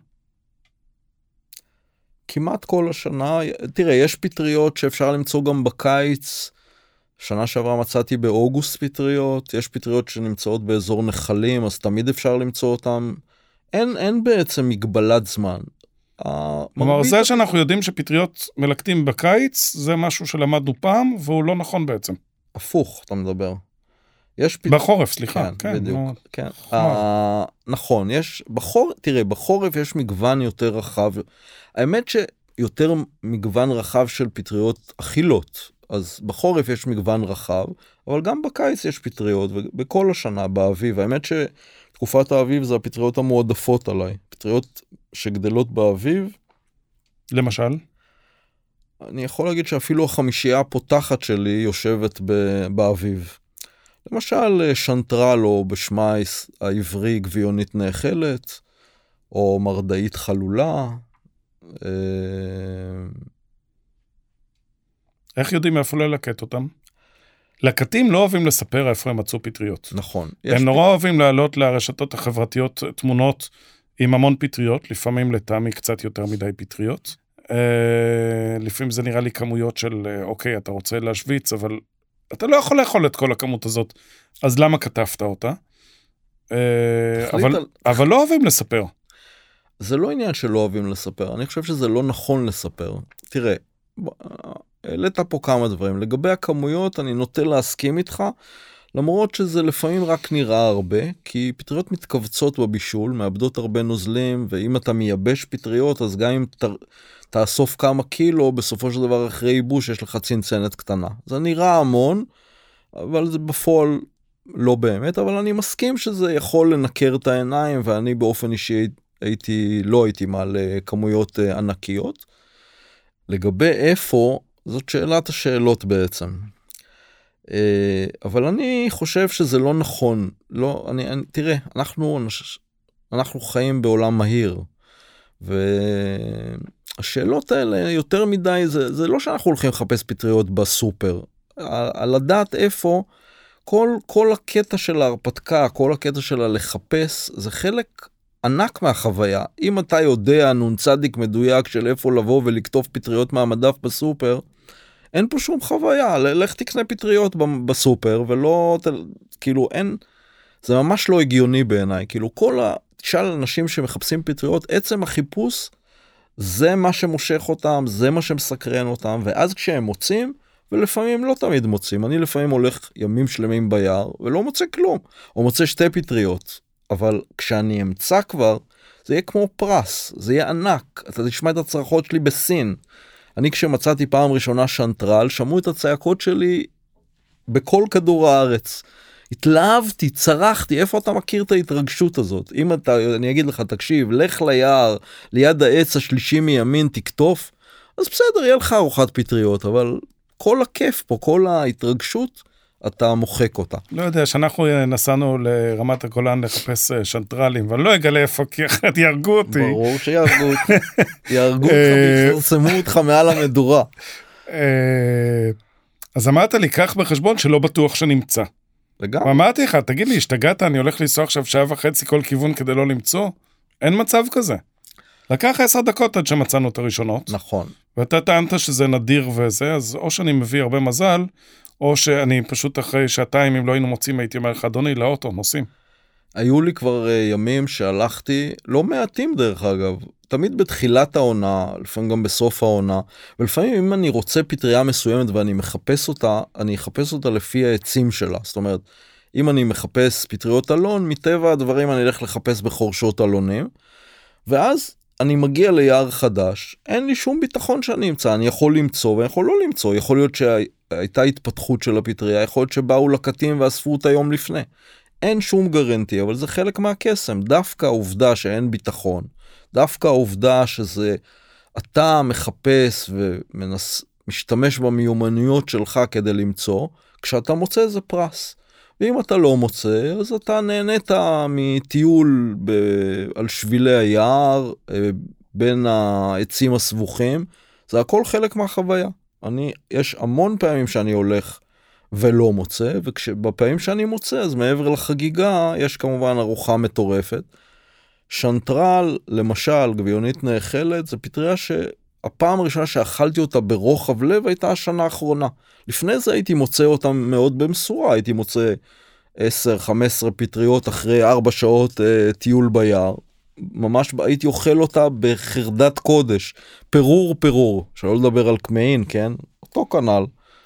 כמעט כל השנה. תראה, יש פטריות שאפשר למצוא גם בקיץ. שנה שעברה מצאתי באוגוסט פטריות. יש פטריות שנמצאות באזור נחלים, אז תמיד אפשר למצוא אותם. אין, אין בעצם מגבלת זמן. כלומר, זה שאנחנו יודעים שפטריות מלקטים בקיץ, זה משהו שלמדנו פעם, והוא לא נכון בעצם. הפוך, אתה מדבר. יש פט... בחורף, סליחה. כן, כן, בדיוק. לא... כן. 아, נכון, יש, בחור... תראה, בחורף יש מגוון יותר רחב. האמת שיותר מגוון רחב של פטריות אכילות, אז בחורף יש מגוון רחב, אבל גם בקיץ יש פטריות, ובכל השנה, באביב. האמת שתקופת האביב זה הפטריות המועדפות עליי. פטריות שגדלות באביב. למשל? אני יכול להגיד שאפילו החמישייה הפותחת שלי יושבת באביב. למשל, שנטרל או בשמייס העברי גביונית נאכלת, או מרדאית חלולה. איך יודעים איפה ללקט אותם? לקטים לא אוהבים לספר איפה הם מצאו פטריות. נכון. הם נורא פט... אוהבים לעלות לרשתות החברתיות תמונות עם המון פטריות, לפעמים לטעמי קצת יותר מדי פטריות. לפעמים זה נראה לי כמויות של, אוקיי, אתה רוצה להשוויץ, אבל אתה לא יכול לאכול את כל הכמות הזאת, אז למה כתבת אותה? אבל, על... אבל לא אוהבים לספר. זה לא עניין שלא אוהבים לספר, אני חושב שזה לא נכון לספר. תראה, העלית פה כמה דברים. לגבי הכמויות, אני נוטה להסכים איתך, למרות שזה לפעמים רק נראה הרבה, כי פטריות מתכווצות בבישול, מאבדות הרבה נוזלים, ואם אתה מייבש פטריות, אז גם אם ת... תאסוף כמה קילו, בסופו של דבר אחרי ייבוש יש לך צנצנת קטנה. זה נראה המון, אבל זה בפועל לא באמת, אבל אני מסכים שזה יכול לנקר את העיניים, ואני באופן אישי הייתי, לא הייתי מעלה כמויות ענקיות. לגבי איפה, זאת שאלת השאלות בעצם. אבל אני חושב שזה לא נכון. לא, אני, אני, תראה, אנחנו, אנחנו חיים בעולם מהיר, והשאלות האלה יותר מדי, זה, זה לא שאנחנו הולכים לחפש פטריות בסופר. על, על לדעת איפה, כל, כל הקטע של ההרפתקה, כל הקטע של לחפש, זה חלק ענק מהחוויה. אם אתה יודע נון צדיק מדויק של איפה לבוא ולכתוב פטריות מהמדף בסופר, אין פה שום חוויה. לך תקנה פטריות בסופר, ולא, כאילו, אין, זה ממש לא הגיוני בעיניי. כאילו, כל ה... תשאל אנשים שמחפשים פטריות, עצם החיפוש, זה מה שמושך אותם, זה מה שמסקרן אותם, ואז כשהם מוצאים, ולפעמים לא תמיד מוצאים, אני לפעמים הולך ימים שלמים ביער, ולא מוצא כלום, או מוצא שתי פטריות, אבל כשאני אמצא כבר, זה יהיה כמו פרס, זה יהיה ענק, אתה תשמע את הצרחות שלי בסין, אני כשמצאתי פעם ראשונה שנטרל, שמעו את הצעקות שלי בכל כדור הארץ. התלהבתי, צרחתי, איפה אתה מכיר את ההתרגשות הזאת? אם אתה, אני אגיד לך, תקשיב, לך ליער, ליד העץ השלישי מימין, תקטוף, אז בסדר, יהיה לך ארוחת פטריות, אבל כל הכיף פה, כל ההתרגשות, אתה מוחק אותה. לא יודע, שאנחנו נסענו לרמת הגולן לחפש שנטרלים, אבל לא אגלה איפה, כי אחת ירגו אותי. ברור שירגו אותי. ירגו אותך ויפרסמו אותך מעל המדורה. אז אמרת לי, קח בחשבון שלא בטוח שנמצא. לגמרי. אמרתי לך, תגיד לי, השתגעת, אני הולך לנסוע עכשיו שעה וחצי כל כיוון כדי לא למצוא? אין מצב כזה. לקח עשר דקות עד שמצאנו את הראשונות. נכון. ואתה טענת שזה נדיר וזה, אז או שאני מביא הרבה מזל, או שאני פשוט אחרי שעתיים, אם לא היינו מוצאים, הייתי אומר לך, אדוני, לאוטו, נוסעים. היו לי כבר uh, ימים שהלכתי, לא מעטים דרך אגב, תמיד בתחילת העונה, לפעמים גם בסוף העונה, ולפעמים אם אני רוצה פטריה מסוימת ואני מחפש אותה, אני אחפש אותה לפי העצים שלה. זאת אומרת, אם אני מחפש פטריות אלון, מטבע הדברים אני אלך לחפש בחורשות אלונים, ואז אני מגיע ליער חדש, אין לי שום ביטחון שאני אמצא, אני יכול למצוא ויכול לא למצוא, יכול להיות שהייתה התפתחות של הפטריה, יכול להיות שבאו לקטים ואספו אותה יום לפני. אין שום גרנטי, אבל זה חלק מהקסם. דווקא העובדה שאין ביטחון, דווקא העובדה שזה אתה מחפש ומשתמש במיומנויות שלך כדי למצוא, כשאתה מוצא זה פרס. ואם אתה לא מוצא, אז אתה נהנית מטיול ב... על שבילי היער, בין העצים הסבוכים, זה הכל חלק מהחוויה. אני, יש המון פעמים שאני הולך ולא מוצא, ובפעמים שאני מוצא, אז מעבר לחגיגה, יש כמובן ארוחה מטורפת. שנטרל, למשל, גביונית נאכלת, זה פטריה שהפעם הראשונה שאכלתי אותה ברוחב לב, הייתה השנה האחרונה. לפני זה הייתי מוצא אותה מאוד במסורה, הייתי מוצא עשר חמש עשרה פטריות אחרי ארבע שעות אה, טיול ביער. ממש הייתי אוכל אותה בחרדת קודש, פירור פירור, שלא לדבר על קמעין, כן? אותו כנל.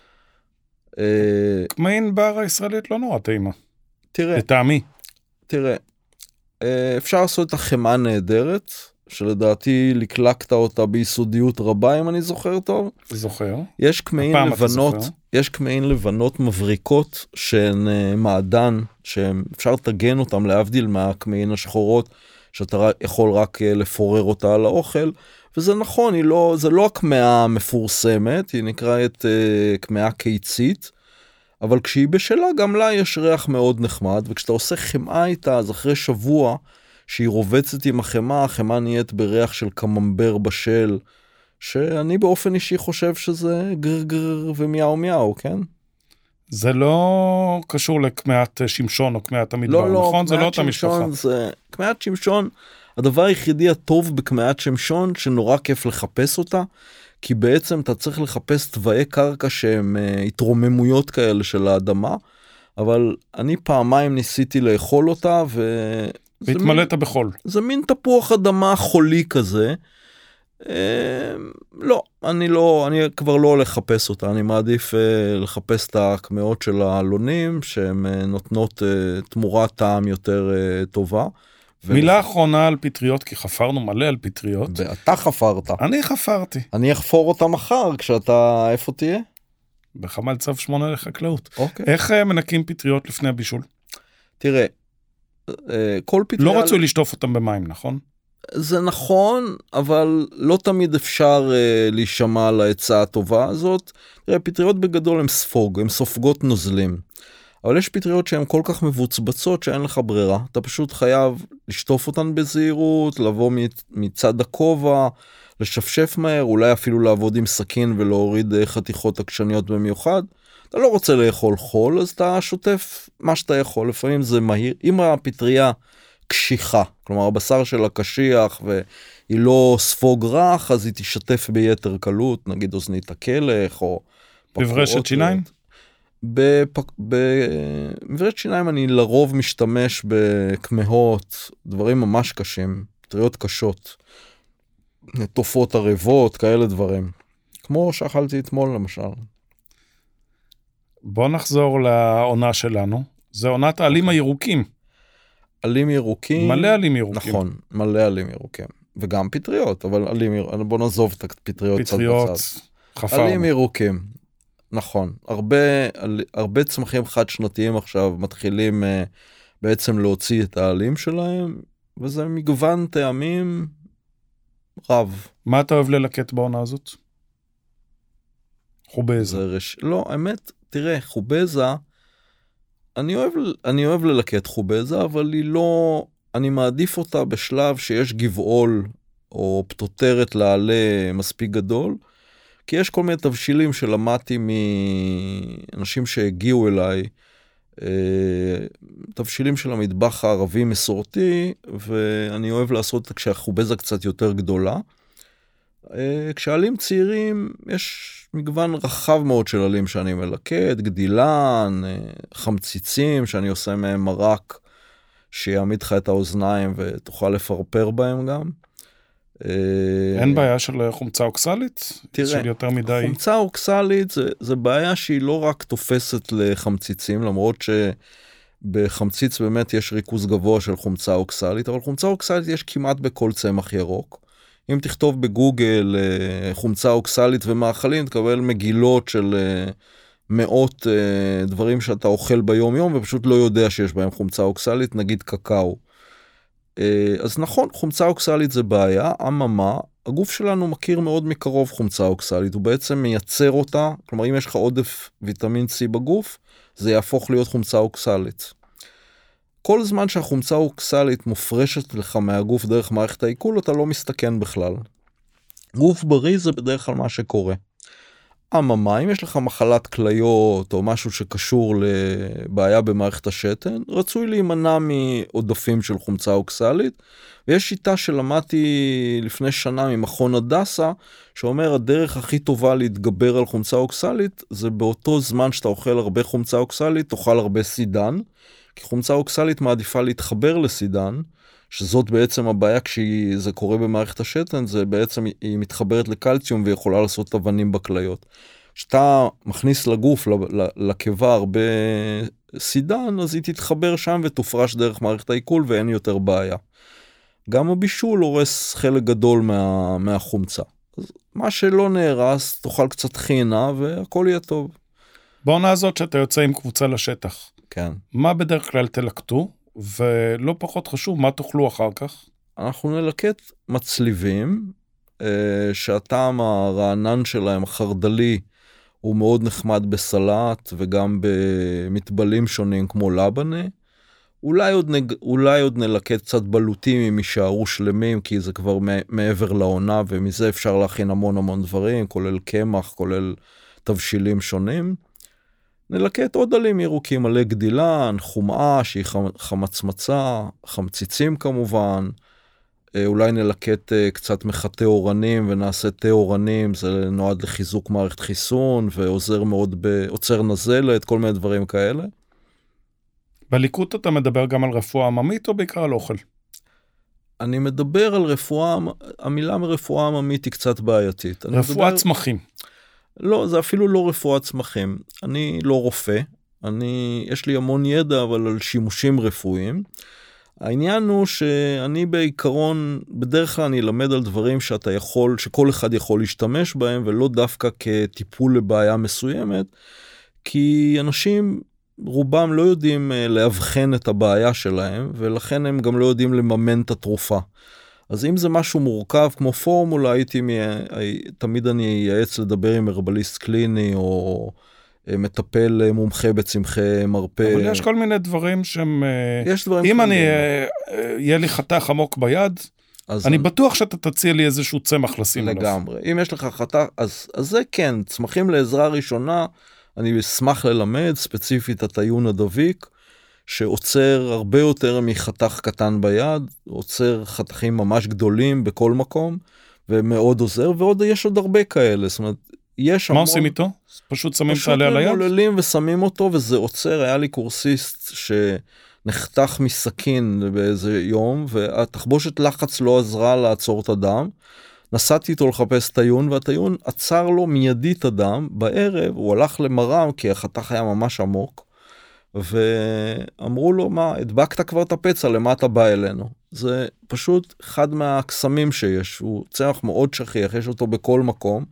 קמעין בר הישראלית לא נורא טעימה. תראה. לטעמי. תראה, אפשר לעשות את החמאה נהדרת, שלדעתי לקלקת אותה ביסודיות רבה, אם אני זוכר טוב. זוכר. יש קמעין לבנות, יש קמעין לבנות מבריקות, שהן מעדן, שאפשר לתגן אותם להבדיל מהקמעין השחורות, שאתה יכול רק לפורר אותה על האוכל, וזה נכון, היא לא, זה לא הקמאה המפורסמת, היא נקראת uh, קמאה קיצית, אבל כשהיא בשלה, גם לה יש ריח מאוד נחמד, וכשאתה עושה חמאה איתה, אז אחרי שבוע שהיא רובצת עם החמאה, החמאה נהיית בריח של קממבר בשל, שאני באופן אישי חושב שזה גרגר ומיהו מיהו, כן? זה לא קשור לקמאת שמשון או קמאת המדבר, לא, נכון? לא, זה לא אותה משפחה. זה... קמאת שמשון, הדבר היחידי הטוב בקמאת שמשון, שנורא כיף לחפש אותה, כי בעצם אתה צריך לחפש תוואי קרקע שהם uh, התרוממויות כאלה של האדמה, אבל אני פעמיים ניסיתי לאכול אותה, ו... והתמלאת בחול. זה מין תפוח אדמה חולי כזה, לא, אני לא, אני כבר לא הולך לחפש אותה, אני מעדיף לחפש את הקמאות של האלונים, שהן נותנות תמורת טעם יותר טובה. מילה אחרונה על פטריות, כי חפרנו מלא על פטריות. ואתה חפרת. אני חפרתי. אני אחפור אותה מחר, כשאתה, איפה תהיה? בחמ"ל צו שמונה לחקלאות. אוקיי. איך מנקים פטריות לפני הבישול? תראה, כל פטריה... לא רצוי לשטוף אותם במים, נכון? זה נכון, אבל לא תמיד אפשר uh, להישמע על העצה הטובה הזאת. תראה, פטריות בגדול הם ספוג, הם סופגות נוזלים. אבל יש פטריות שהן כל כך מבוצבצות שאין לך ברירה. אתה פשוט חייב לשטוף אותן בזהירות, לבוא מצד הכובע, לשפשף מהר, אולי אפילו לעבוד עם סכין ולהוריד חתיכות עקשניות במיוחד. אתה לא רוצה לאכול חול, אז אתה שוטף מה שאתה יכול. לפעמים זה מהיר. אם הפטריה קשיחה, כלומר הבשר שלה קשיח והיא לא ספוג רך, אז היא תשתף ביתר קלות, נגיד אוזנית הכלך או... בברשת שיניים? בברשת שיניים אני לרוב משתמש בכמהות, דברים ממש קשים, פטריות קשות, נטופות ערבות, כאלה דברים. כמו שאכלתי אתמול למשל. בוא נחזור לעונה שלנו. זה עונת העלים הירוקים. עלים ירוקים. מלא עלים ירוקים. נכון, מלא עלים ירוקים. וגם פטריות, אבל עלים ירוקים, בוא נעזוב את הפטריות. פטריות, חפרנו. עלים ירוקים. נכון, הרבה, הרבה צמחים חד שנתיים עכשיו מתחילים uh, בעצם להוציא את העלים שלהם, וזה מגוון טעמים רב. מה אתה אוהב ללקט בעונה הזאת? חובזה. רש... לא, האמת, תראה, חובזה, אני אוהב, אני אוהב ללקט חובזה, אבל היא לא, אני מעדיף אותה בשלב שיש גבעול, או פטוטרת לעלה מספיק גדול, כי יש כל מיני תבשילים שלמדתי מאנשים שהגיעו אליי, תבשילים של המטבח הערבי מסורתי, ואני אוהב לעשות את כשהחובזה קצת יותר גדולה. כשעלים צעירים יש מגוון רחב מאוד של עלים שאני מלקט, גדילן, חמציצים שאני עושה מהם מרק שיעמיד לך את האוזניים ותוכל לפרפר בהם גם. אין בעיה של חומצה אוקסלית? תראה, של יותר מדי... חומצה אוקסלית זה, זה בעיה שהיא לא רק תופסת לחמציצים, למרות שבחמציץ באמת יש ריכוז גבוה של חומצה אוקסלית, אבל חומצה אוקסלית יש כמעט בכל צמח ירוק. אם תכתוב בגוגל חומצה אוקסלית ומאכלים, תקבל מגילות של מאות דברים שאתה אוכל ביום יום, ופשוט לא יודע שיש בהם חומצה אוקסלית, נגיד קקאו. אז נכון, חומצה אוקסלית זה בעיה, אממה, הגוף שלנו מכיר מאוד מקרוב חומצה אוקסלית, הוא בעצם מייצר אותה, כלומר אם יש לך עודף ויטמין C בגוף, זה יהפוך להיות חומצה אוקסלית. כל זמן שהחומצה האוקסלית מופרשת לך מהגוף דרך מערכת העיכול, אתה לא מסתכן בכלל. גוף בריא זה בדרך כלל מה שקורה. אממה, אם יש לך מחלת כליות או משהו שקשור לבעיה במערכת השתן, רצוי להימנע מעודפים של חומצה אוקסלית, ויש שיטה שלמדתי לפני שנה ממכון הדסה, שאומר הדרך הכי טובה להתגבר על חומצה אוקסלית, זה באותו זמן שאתה אוכל הרבה חומצה אוקסלית, תאכל הרבה סידן, כי חומצה אוקסלית מעדיפה להתחבר לסידן, שזאת בעצם הבעיה כשזה קורה במערכת השתן, זה בעצם היא מתחברת לקלציום ויכולה לעשות אבנים בכליות. כשאתה מכניס לגוף, לקיבה הרבה סידן, אז היא תתחבר שם ותופרש דרך מערכת העיכול ואין יותר בעיה. גם הבישול הורס חלק גדול מה, מהחומצה. אז מה שלא נהרס, תאכל קצת חינה והכל יהיה טוב. בעונה הזאת שאתה יוצא עם קבוצה לשטח. כן. מה בדרך כלל תלקטו? ולא פחות חשוב, מה תאכלו אחר כך? אנחנו נלקט מצליבים, שהטעם הרענן שלהם, החרדלי, הוא מאוד נחמד בסלט, וגם במטבלים שונים כמו לבנה. אולי עוד, נג... אולי עוד נלקט קצת בלוטים אם יישארו שלמים, כי זה כבר מעבר לעונה, ומזה אפשר להכין המון המון דברים, כולל קמח, כולל תבשילים שונים. נלקט עוד עלים ירוקים, עלי גדילן, חומאה שהיא חמצמצה, חמציצים כמובן, אולי נלקט קצת מחטא אורנים ונעשה תה אורנים, זה נועד לחיזוק מערכת חיסון ועוזר מאוד בעוצר נזלת, כל מיני דברים כאלה. בליקוט אתה מדבר גם על רפואה עממית או בעיקר על אוכל? אני מדבר על רפואה, המילה מרפואה עממית היא קצת בעייתית. רפואה מדבר... צמחים. לא, זה אפילו לא רפואת צמחים. אני לא רופא, אני, יש לי המון ידע, אבל על שימושים רפואיים. העניין הוא שאני בעיקרון, בדרך כלל אני אלמד על דברים שאתה יכול, שכל אחד יכול להשתמש בהם, ולא דווקא כטיפול לבעיה מסוימת, כי אנשים, רובם לא יודעים להבחן את הבעיה שלהם, ולכן הם גם לא יודעים לממן את התרופה. אז אם זה משהו מורכב כמו פורמולה, הייתי, תמיד אני אייעץ לדבר עם הרבליסט קליני, או מטפל מומחה בצמחי מרפא. אבל יש כל מיני דברים שהם... יש דברים... אם אני, יהיה לי חתך עמוק ביד, אני בטוח שאתה תציע לי איזשהו צמח לשים עליו. לגמרי. אם יש לך חתך, אז, אז זה כן, צמחים לעזרה ראשונה, אני אשמח ללמד, ספציפית הטיון הדביק, שעוצר הרבה יותר מחתך קטן ביד, עוצר חתכים ממש גדולים בכל מקום, ומאוד עוזר, ועוד יש עוד הרבה כאלה, זאת אומרת, יש מה המון... עושים איתו? פשוט שמים את העלה על היד? פשוט מוללים ושמים אותו, וזה עוצר, היה לי קורסיסט שנחתך מסכין באיזה יום, והתחבושת לחץ לא עזרה לעצור את הדם, נסעתי איתו לחפש טיון, והטיון עצר לו מיידית הדם, בערב הוא הלך למרם, כי החתך היה ממש עמוק, ואמרו לו, מה, הדבקת כבר את הפצע, למה אתה בא אלינו? זה פשוט אחד מהקסמים שיש, הוא צמח מאוד שכיח, יש אותו בכל מקום,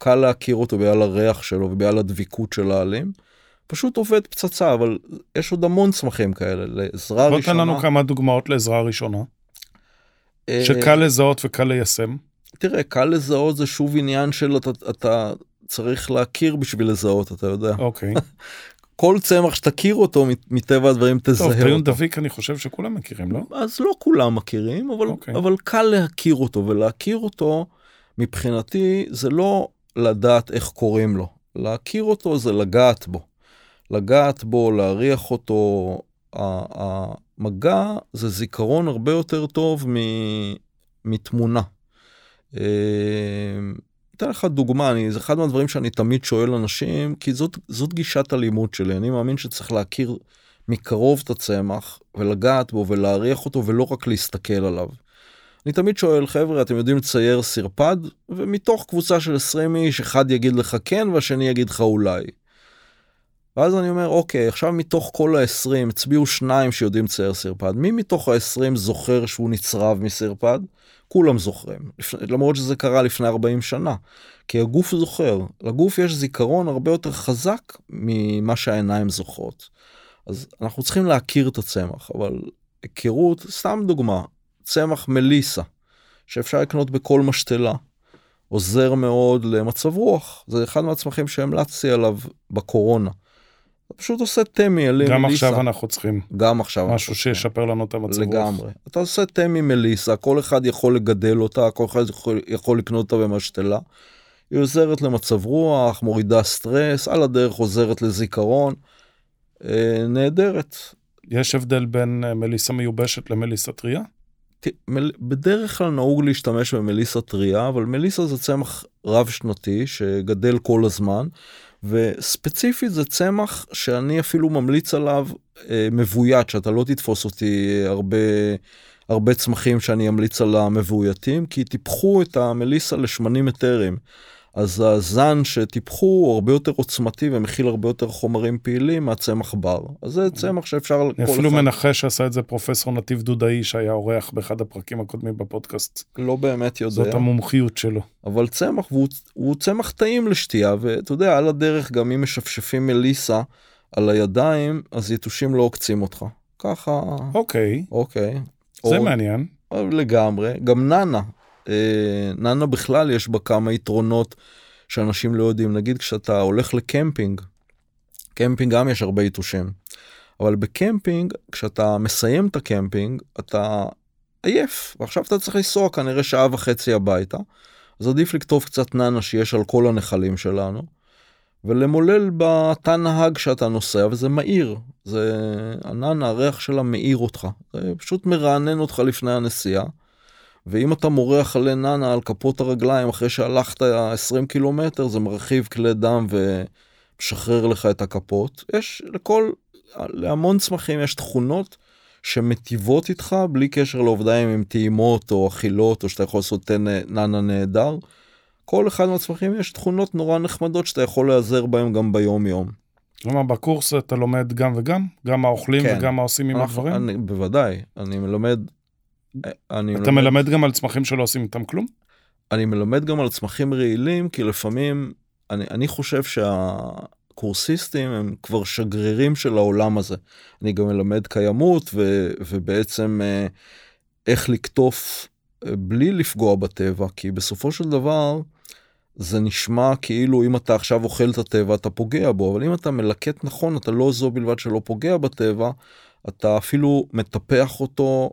קל להכיר אותו בגלל הריח שלו ובגלל הדביקות של העלים. פשוט עובד פצצה, אבל יש עוד המון צמחים כאלה. לעזרה בוא ראשונה... תן לנו כמה דוגמאות לעזרה ראשונה. שקל לזהות וקל ליישם. תראה, קל לזהות זה שוב עניין של אתה, אתה צריך להכיר בשביל לזהות, אתה יודע. אוקיי. כל צמח שתכיר אותו, מטבע הדברים תזהה אותו. טוב, דיון דביק אני חושב שכולם מכירים, לא? אז לא כולם מכירים, אבל, okay. אבל קל להכיר אותו, ולהכיר אותו, מבחינתי, זה לא לדעת איך קוראים לו. להכיר אותו זה לגעת בו. לגעת בו, להריח אותו. המגע זה זיכרון הרבה יותר טוב מתמונה. אתן לך דוגמה, אני, זה אחד מהדברים שאני תמיד שואל אנשים, כי זאת, זאת גישת הלימוד שלי. אני מאמין שצריך להכיר מקרוב את הצמח, ולגעת בו ולהריח אותו, ולא רק להסתכל עליו. אני תמיד שואל, חבר'ה, אתם יודעים לצייר סרפד? ומתוך קבוצה של עשרים איש, אחד יגיד לך כן, והשני יגיד לך אולי. ואז אני אומר, אוקיי, עכשיו מתוך כל ה-עשרים, הצביעו שניים שיודעים לצייר סרפד. מי מתוך ה-עשרים זוכר שהוא נצרב מסרפד? כולם זוכרים. למרות שזה קרה לפני ארבעים שנה. כי הגוף זוכר. לגוף יש זיכרון הרבה יותר חזק ממה שהעיניים זוכרות. אז אנחנו צריכים להכיר את הצמח, אבל היכרות, סתם דוגמה, צמח מליסה, שאפשר לקנות בכל משתלה, עוזר מאוד למצב רוח. זה אחד מהצמחים שהמלצתי עליו בקורונה. אתה פשוט עושה תה ממליסה. גם עכשיו אנחנו צריכים. גם עכשיו. משהו שישפר לנו את המצב רוח. לגמרי. אתה עושה תה ממליסה, כל אחד יכול לגדל אותה, כל אחד יכול, יכול לקנות אותה במשתלה. היא עוזרת למצב רוח, מורידה סטרס, על הדרך עוזרת לזיכרון. אה, נהדרת. יש הבדל בין מליסה מיובשת למליסה טריה? בדרך כלל נהוג להשתמש במליסה טריה, אבל מליסה זה צמח רב שנתי שגדל כל הזמן, וספציפית זה צמח שאני אפילו ממליץ עליו אה, מבוית, שאתה לא תתפוס אותי הרבה, הרבה צמחים שאני אמליץ על המבויתים, כי טיפחו את המליסה לשמנים מטרים. אז הזן שטיפחו הוא הרבה יותר עוצמתי ומכיל הרבה יותר חומרים פעילים מהצמח בר. אז זה צמח שאפשר... אפילו מנחש שעשה את זה פרופסור נתיב דודאי שהיה אורח באחד הפרקים הקודמים בפודקאסט. לא באמת יודע. זאת המומחיות שלו. אבל צמח, והוא, הוא צמח טעים לשתייה, ואתה יודע, על הדרך גם אם משפשפים מליסה על הידיים, אז יתושים לא עוקצים אותך. ככה... אוקיי. אוקיי. זה או... מעניין. לגמרי. גם ננה. ננה בכלל יש בה כמה יתרונות שאנשים לא יודעים. נגיד כשאתה הולך לקמפינג, קמפינג גם יש הרבה יתושים, אבל בקמפינג, כשאתה מסיים את הקמפינג, אתה עייף, ועכשיו אתה צריך לנסוע כנראה שעה וחצי הביתה, אז עדיף לכתוב קצת ננה שיש על כל הנחלים שלנו, ולמולל בתא נהג שאתה נוסע, וזה מהיר, זה הננה, הריח שלה מאיר אותך, זה פשוט מרענן אותך לפני הנסיעה, ואם אתה מורח עלי ננה על כפות הרגליים אחרי שהלכת עשרים קילומטר, זה מרחיב כלי דם ומשחרר לך את הכפות. יש לכל, להמון צמחים יש תכונות שמטיבות איתך, בלי קשר לעובדה אם הם טעימות או אכילות, או שאתה יכול לעשות ננה נהדר. כל אחד מהצמחים יש תכונות נורא נחמדות שאתה יכול להיעזר בהם גם ביום יום. כלומר, בקורס אתה לומד גם וגם? גם מה אוכלים כן. וגם מה עושים עם הדברים? אני, בוודאי, אני מלמד... אני אתה מלמד... מלמד גם על צמחים שלא עושים איתם כלום? אני מלמד גם על צמחים רעילים, כי לפעמים, אני, אני חושב שהקורסיסטים הם כבר שגרירים של העולם הזה. אני גם מלמד קיימות, ו, ובעצם איך לקטוף בלי לפגוע בטבע, כי בסופו של דבר, זה נשמע כאילו אם אתה עכשיו אוכל את הטבע, אתה פוגע בו, אבל אם אתה מלקט נכון, אתה לא זו בלבד שלא פוגע בטבע, אתה אפילו מטפח אותו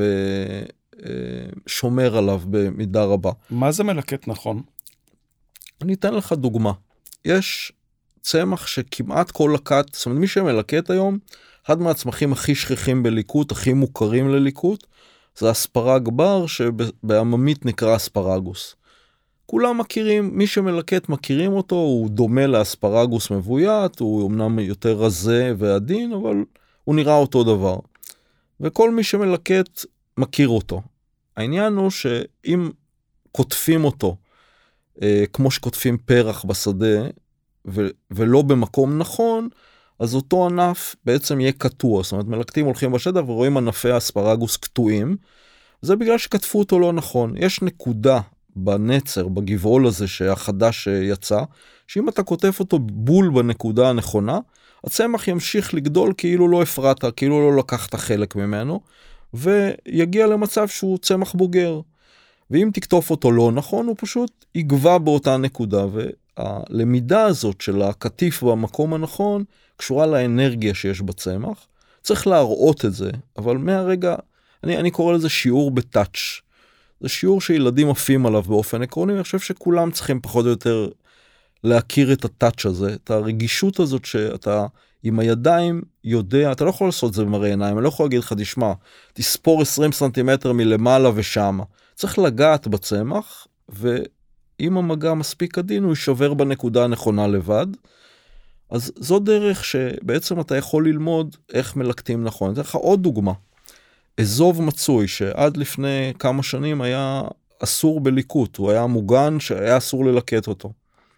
ושומר עליו במידה רבה. מה זה מלקט נכון? אני אתן לך דוגמה. יש צמח שכמעט כל לקט, זאת אומרת מי שמלקט היום, אחד מהצמחים הכי שכיחים בליקוט, הכי מוכרים לליקוט, זה אספרג בר שבעממית נקרא אספרגוס. כולם מכירים, מי שמלקט מכירים אותו, הוא דומה לאספרגוס מבוית, הוא אמנם יותר רזה ועדין, אבל הוא נראה אותו דבר. וכל מי שמלקט מכיר אותו. העניין הוא שאם כותפים אותו, אה, כמו שכותפים פרח בשדה, ו- ולא במקום נכון, אז אותו ענף בעצם יהיה קטוע. זאת אומרת, מלקטים הולכים בשטח ורואים ענפי האספרגוס קטועים, זה בגלל שכתפו אותו לא נכון. יש נקודה בנצר, בגבעול הזה שהחדש יצא, שאם אתה כותב אותו בול בנקודה הנכונה, הצמח ימשיך לגדול כאילו לא הפרעת, כאילו לא לקחת חלק ממנו, ויגיע למצב שהוא צמח בוגר. ואם תכתוב אותו לא נכון, הוא פשוט יגבה באותה נקודה, והלמידה הזאת של הקטיף במקום הנכון, קשורה לאנרגיה שיש בצמח, צריך להראות את זה, אבל מהרגע, אני, אני קורא לזה שיעור בטאץ'. זה שיעור שילדים עפים עליו באופן עקרוני, אני חושב שכולם צריכים פחות או יותר להכיר את הטאץ' הזה, את הרגישות הזאת שאתה עם הידיים יודע, אתה לא יכול לעשות את זה במראה עיניים, אני לא יכול להגיד לך, תשמע, תספור עשרים סנטימטר מלמעלה ושם, צריך לגעת בצמח, ואם המגע מספיק עדין, הוא יישבר בנקודה הנכונה לבד, אז זו דרך שבעצם אתה יכול ללמוד איך מלקטים נכון. אני אתן לך עוד דוגמה, אזוב מצוי, שעד לפני כמה שנים היה אסור בליקוט, הוא היה מוגן שהיה אסור ללקט אותו.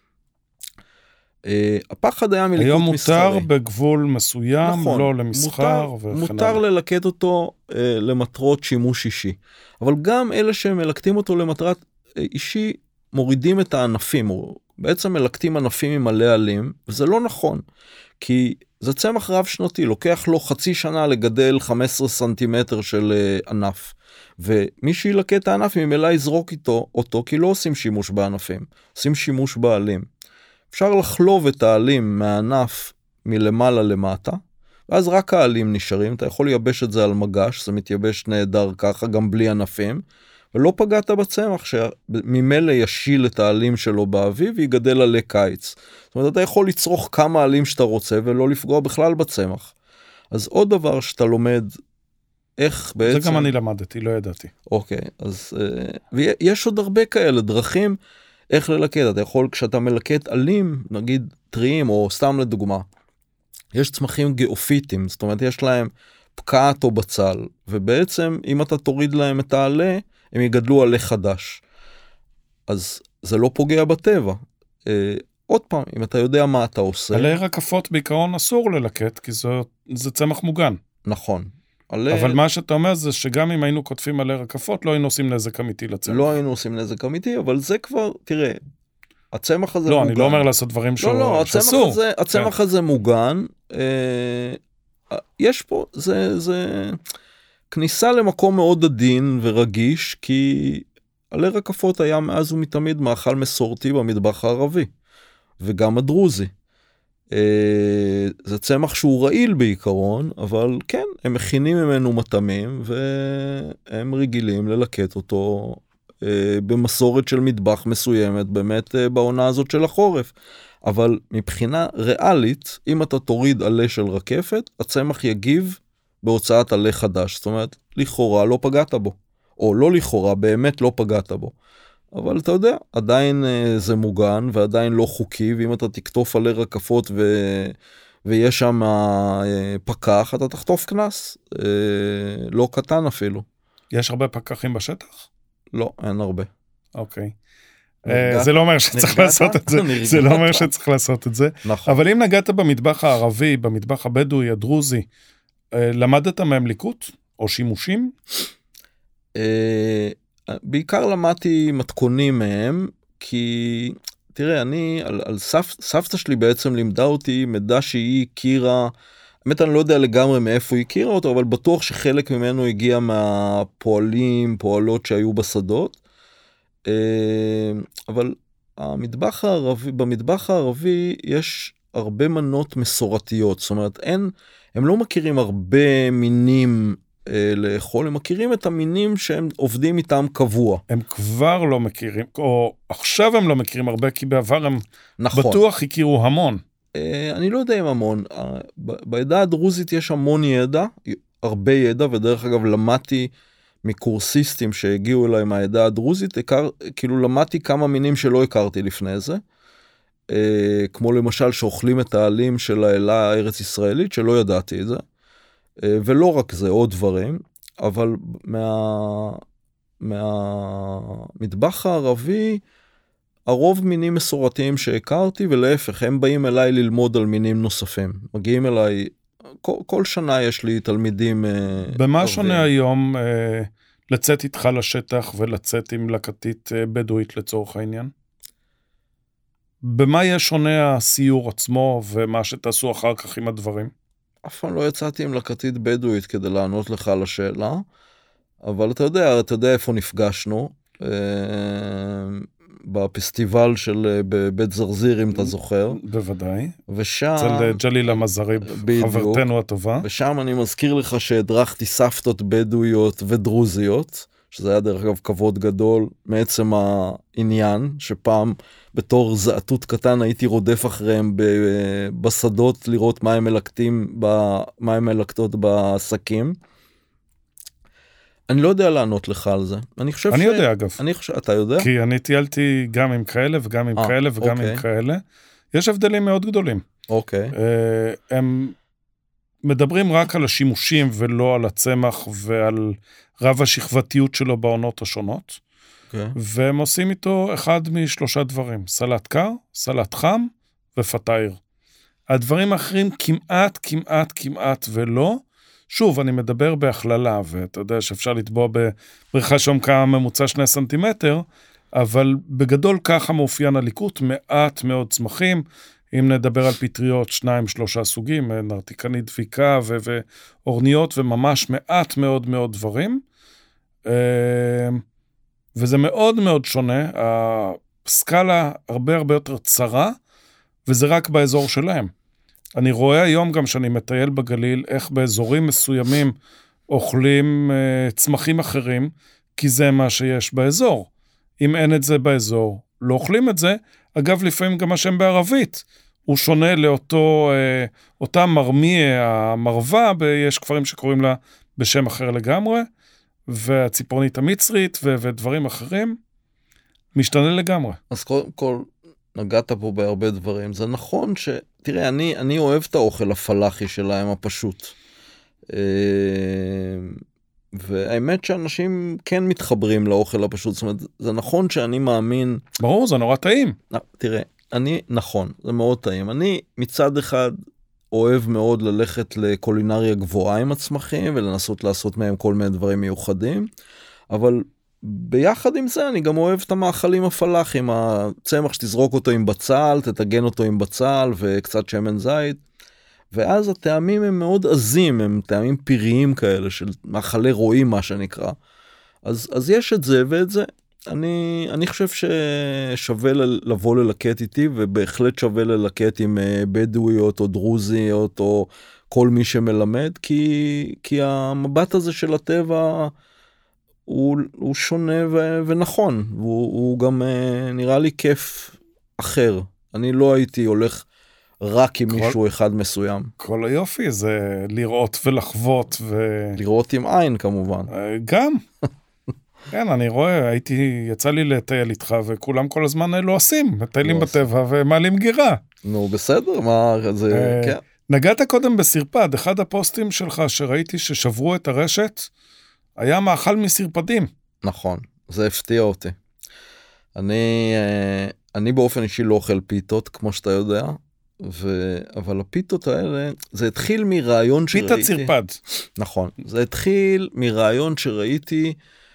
הפחד היה מליקוט מסחרי. היום מותר בגבול מסוים, נכון, לא למסחר מותר, מותר ללקט אותו אה, למטרות שימוש אישי. אבל גם אלה שמלקטים אותו למטרת אישי, מורידים את הענפים, או בעצם מלקטים ענפים עם מלא עלים, וזה לא נכון, כי זה צמח רב שנתי, לוקח לו חצי שנה לגדל חמישה עשר סנטימטר של אה, ענף, ומי שילקט את הענף ממילא יזרוק איתו, אותו, כי לא עושים שימוש בענפים, עושים שימוש בעלים. אפשר לחלוב את העלים מהענף מלמעלה למטה, ואז רק העלים נשארים, אתה יכול לייבש את זה על מגש, זה מתייבש נהדר ככה, גם בלי ענפים, ולא פגעת בצמח, שממילא ישיל את העלים שלו באביב, ויגדל עלי קיץ. זאת אומרת, אתה יכול לצרוך כמה עלים שאתה רוצה, ולא לפגוע בכלל בצמח. אז עוד דבר שאתה לומד, איך בעצם... זה גם אני למדתי, לא ידעתי. אוקיי, אז... ויש עוד הרבה כאלה דרכים, איך ללקט. אתה יכול, כשאתה מלקט עלים, נגיד טריים, או סתם לדוגמה, יש צמחים גיאופיטיים, זאת אומרת, יש להם פקעת או בצל, ובעצם, אם אתה תוריד להם את העלה, הם יגדלו עלה חדש. אז זה לא פוגע בטבע. אה, עוד פעם, אם אתה יודע מה אתה עושה... עלי רקפות בעיקרון אסור ללקט, כי זה, זה צמח מוגן. נכון. עלי... אבל מה שאתה אומר זה שגם אם היינו כותבים עלי רקפות, לא היינו עושים נזק אמיתי לצמח. לא היינו עושים נזק אמיתי, אבל זה כבר, תראה, הצמח הזה לא, מוגן. אני לא אומר לעשות דברים לא, לא, הצמח שאסור. הזה, הצמח הזה מוגן. אה, יש פה, זה, זה כניסה למקום מאוד עדין ורגיש, כי עלי רקפות היה מאז ומתמיד מאכל מסורתי במטבח הערבי, וגם הדרוזי. זה צמח שהוא רעיל בעיקרון, אבל כן, הם מכינים ממנו מטעמים, והם רגילים ללקט אותו במסורת של מטבח מסוימת, באמת בעונה הזאת של החורף. אבל מבחינה ריאלית, אם אתה תוריד עלה של רקפת, הצמח יגיב בהוצאת עלה חדש. זאת אומרת, לכאורה לא פגעת בו, או לא לכאורה, באמת לא פגעת בו. אבל אתה יודע, עדיין אה, זה מוגן, ועדיין לא חוקי, ואם אתה תקטוף עלי רקפות ו... ויש שם אה, פקח, אתה תחטוף כנס, אה, לא קטן אפילו. יש הרבה פקחים בשטח? לא, אין הרבה. אוקיי. זה לא אומר שצריך לעשות את זה, זה לא אומר שצריך לעשות את זה. אבל אם נגעת במטבח הערבי, במטבח הבדואי, הדרוזי, למדת מהם ליקוט או שימושים? בעיקר למדתי מתכונים מהם, כי תראה, אני, על, על סב, סבתא שלי בעצם לימדה אותי מידע שהיא הכירה, באמת אני לא יודע לגמרי מאיפה היא הכירה אותו, אבל בטוח שחלק ממנו הגיע מהפועלים, פועלות שהיו בשדות, אבל המטבח הערבי, במטבח הערבי יש הרבה מנות מסורתיות, זאת אומרת, אין, הם לא מכירים הרבה מינים לאכול, הם מכירים את המינים שהם עובדים איתם קבוע. הם כבר לא מכירים, או עכשיו הם לא מכירים הרבה, כי בעבר הם נכון. בטוח הכירו המון. אני לא יודע אם המון. בעדה הדרוזית יש המון ידע, הרבה ידע, ודרך אגב למדתי מקורסיסטים שהגיעו אליי מהעדה הדרוזית, הכר, כאילו למדתי כמה מינים שלא הכרתי לפני זה, כמו למשל שאוכלים את העלים של האלה הארץ ישראלית, שלא ידעתי את זה. ולא רק זה, עוד דברים, אבל מה, מהמטבח הערבי, הרוב מינים מסורתיים שהכרתי, ולהפך, הם באים אליי ללמוד על מינים נוספים. מגיעים אליי, כל, כל שנה יש לי תלמידים... במה ערבים. שונה היום, לצאת איתך לשטח ולצאת עם לקטית בדואית לצורך העניין? במה יהיה שונה הסיור עצמו ומה שתעשו אחר כך עם הדברים? אף פעם לא יצאתי עם לקטית בדואית כדי לענות לך על השאלה, אבל אתה יודע, אתה יודע איפה נפגשנו, בפסטיבל של בית זרזיר, אם אתה זוכר. בוודאי. ושם... אצל ג'לילה מזריב, חברתנו הטובה. ושם אני מזכיר לך שהדרכתי סבתות בדואיות ודרוזיות, שזה היה דרך אגב כבוד גדול מעצם העניין, שפעם בתור זעתות קטן הייתי רודף אחריהם בשדות לראות מה הם מלקטים, מה הם מלקטות בעסקים. אני לא יודע לענות לך על זה. אני חושב אני ש... יודע אגב. אני חושב, אתה יודע? כי אני טיילתי גם עם כאלה וגם עם 아, כאלה וגם אוקיי. עם כאלה. יש הבדלים מאוד גדולים. אוקיי. הם מדברים רק על השימושים ולא על הצמח ועל רב השכבתיות שלו בעונות השונות. אוקיי. והם עושים איתו אחד משלושה דברים. סלט קר, סלט חם ופתאיר. הדברים האחרים כמעט, כמעט, כמעט ולא. שוב, אני מדבר בהכללה, ואתה יודע שאפשר לטבוע בבריכה שעומקה ממוצע שני סנטימטר, אבל בגדול ככה מאופיין הליקוט, מעט מאוד צמחים, אם נדבר על פטריות, שניים, שלושה סוגים, נרתיקנית דביקה ו- ואורניות, וממש מעט מאוד מאוד דברים. וזה מאוד מאוד שונה, הסקאלה הרבה הרבה יותר צרה, וזה רק באזור שלהם. אני רואה היום גם שאני מטייל בגליל, איך באזורים מסוימים אוכלים אה, צמחים אחרים, כי זה מה שיש באזור. אם אין את זה באזור, לא אוכלים את זה. אגב, לפעמים גם השם בערבית, הוא שונה לאותו, אה, אותה מרמיה, המרווה, יש כפרים שקוראים לה בשם אחר לגמרי, והציפורנית המצרית ו- ודברים אחרים, משתנה לגמרי. אז קודם כל, נגעת פה בהרבה דברים. זה נכון ש... תראה, אני, אני אוהב את האוכל הפלאחי שלהם הפשוט. והאמת שאנשים כן מתחברים לאוכל הפשוט. זאת אומרת, זה נכון שאני מאמין... ברור, זה נורא טעים. תראה, אני, נכון, זה מאוד טעים. אני מצד אחד אוהב מאוד ללכת לקולינריה גבוהה עם הצמחים, ולנסות לעשות מהם כל מיני דברים מיוחדים, אבל... ביחד עם זה אני גם אוהב את המאכלים הפלאחים, הצמח שתזרוק אותו עם בצל, תטגן אותו עם בצל וקצת שמן זית, ואז הטעמים הם מאוד עזים, הם טעמים פיריים כאלה של מאכלי רועים מה שנקרא. אז, אז יש את זה ואת זה. אני, אני חושב ששווה לבוא ללקט איתי, ובהחלט שווה ללקט עם בדואיות או דרוזיות או כל מי שמלמד, כי, כי המבט הזה של הטבע... הוא, הוא שונה ו, ונכון, הוא, הוא גם uh, נראה לי כיף אחר. אני לא הייתי הולך רק עם כל, מישהו אחד מסוים. כל היופי זה לראות ולחוות. ו... לראות עם עין כמובן. גם. כן, אני רואה, הייתי, יצא לי לטייל איתך, וכולם כל הזמן לא עושים, מטיילים בטבע ומעלים גירה. נו, בסדר, מה זה, כן. נגעת קודם בסרפד, אחד הפוסטים שלך שראיתי ששברו את הרשת, היה מאכל מסרפדים. נכון, זה הפתיע אותי. אני, אני באופן אישי לא אוכל פיתות, כמו שאתה יודע, ו... אבל הפיתות האלה, זה התחיל מרעיון שראיתי... פיתת סרפד. נכון, זה התחיל מרעיון שראיתי,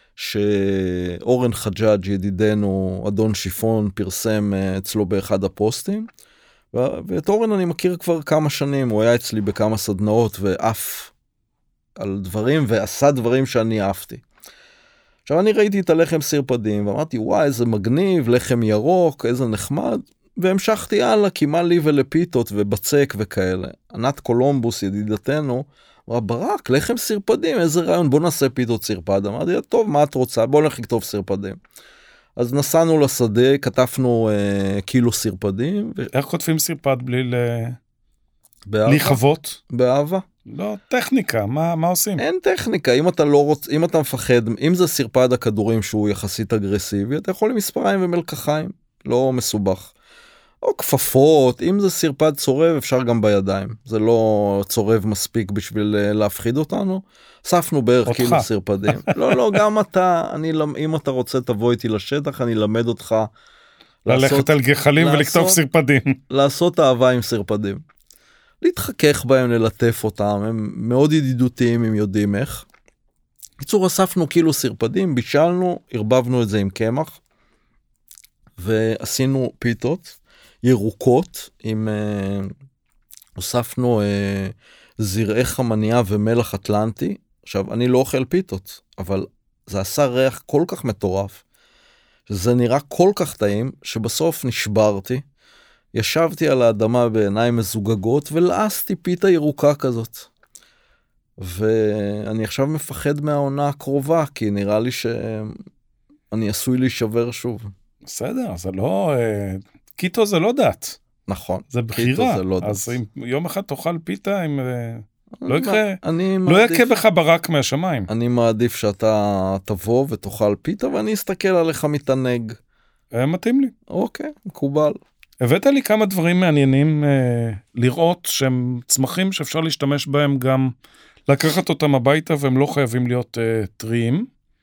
שאורן חג'אג' ידידנו, אדון שיפון, פרסם אצלו באחד הפוסטים, ואת אורן אני מכיר כבר כמה שנים, הוא היה אצלי בכמה סדנאות, ואף על דברים, ועשה דברים שאני אהבתי. עכשיו אני ראיתי את הלחם סרפדים, ואמרתי, וואי, איזה מגניב, לחם ירוק, איזה נחמד, והמשכתי הלאה, כי מה לי ולפיתות ובצק וכאלה. ענת קולומבוס, ידידתנו, אמרה, ברק, לחם סרפדים, איזה רעיון, בוא נעשה פיתות סרפד. אמרתי, טוב, מה את רוצה? בוא נלך לכתוב סרפדים. אז נסענו לשדה, כתבנו אה, קילו סרפדים. ו... איך כותבים סרפד בלי ל... באהבה. בלי חוות? באהבה. לא, טכניקה, מה, מה עושים? אין טכניקה, אם אתה לא רוצ... אם אתה מפחד, אם זה סרפד הכדורים שהוא יחסית אגרסיבי, אתה יכול עם מספריים ומלקחיים, לא מסובך. או כפפות, אם זה סרפד צורב, אפשר גם בידיים. זה לא צורב מספיק בשביל להפחיד אותנו. אספנו בערך קילו סרפדים. לא, לא, גם אתה, אני, אם אתה רוצה, תבוא איתי לשטח, אני אלמד אותך. ללכת לעשות, על גחלים לעשות, ולכתוב סרפדים. לעשות אהבה עם סרפדים. להתחכך בהם, ללטף אותם, הם מאוד ידידותיים, אם יודעים איך. בקיצור, אספנו קילו סרפדים, בישלנו, הרבבנו את זה עם קמח, ועשינו פיתות ירוקות, עם, אה, הוספנו אה, זרעי חמניה ומלח אטלנטי. עכשיו, אני לא אוכל פיתות, אבל זה עשה ריח כל כך מטורף, שזה נראה כל כך טעים, שבסוף נשברתי, ישבתי על האדמה בעיניים מזוגגות, ולעסתי פיתה ירוקה כזאת. ואני עכשיו מפחד מהעונה הקרובה, כי נראה לי שאני עשוי להישבר שוב. בסדר, זה לא... קיטו זה לא דת. נכון. זה בחירה. זה לא אז דת. אם יום אחד תאכל פיתה, אם... לא יקרה... אני לא מעדיף, יקה בך ברק מהשמיים. אני מעדיף שאתה תבוא ותאכל פיתה, ואני אסתכל עליך מתענג. מתאים לי. אוקיי, מקובל. הבאת לי כמה דברים מעניינים אה, לראות שהם צמחים שאפשר להשתמש בהם גם לקחת אותם הביתה, והם לא חייבים להיות אה, טריים.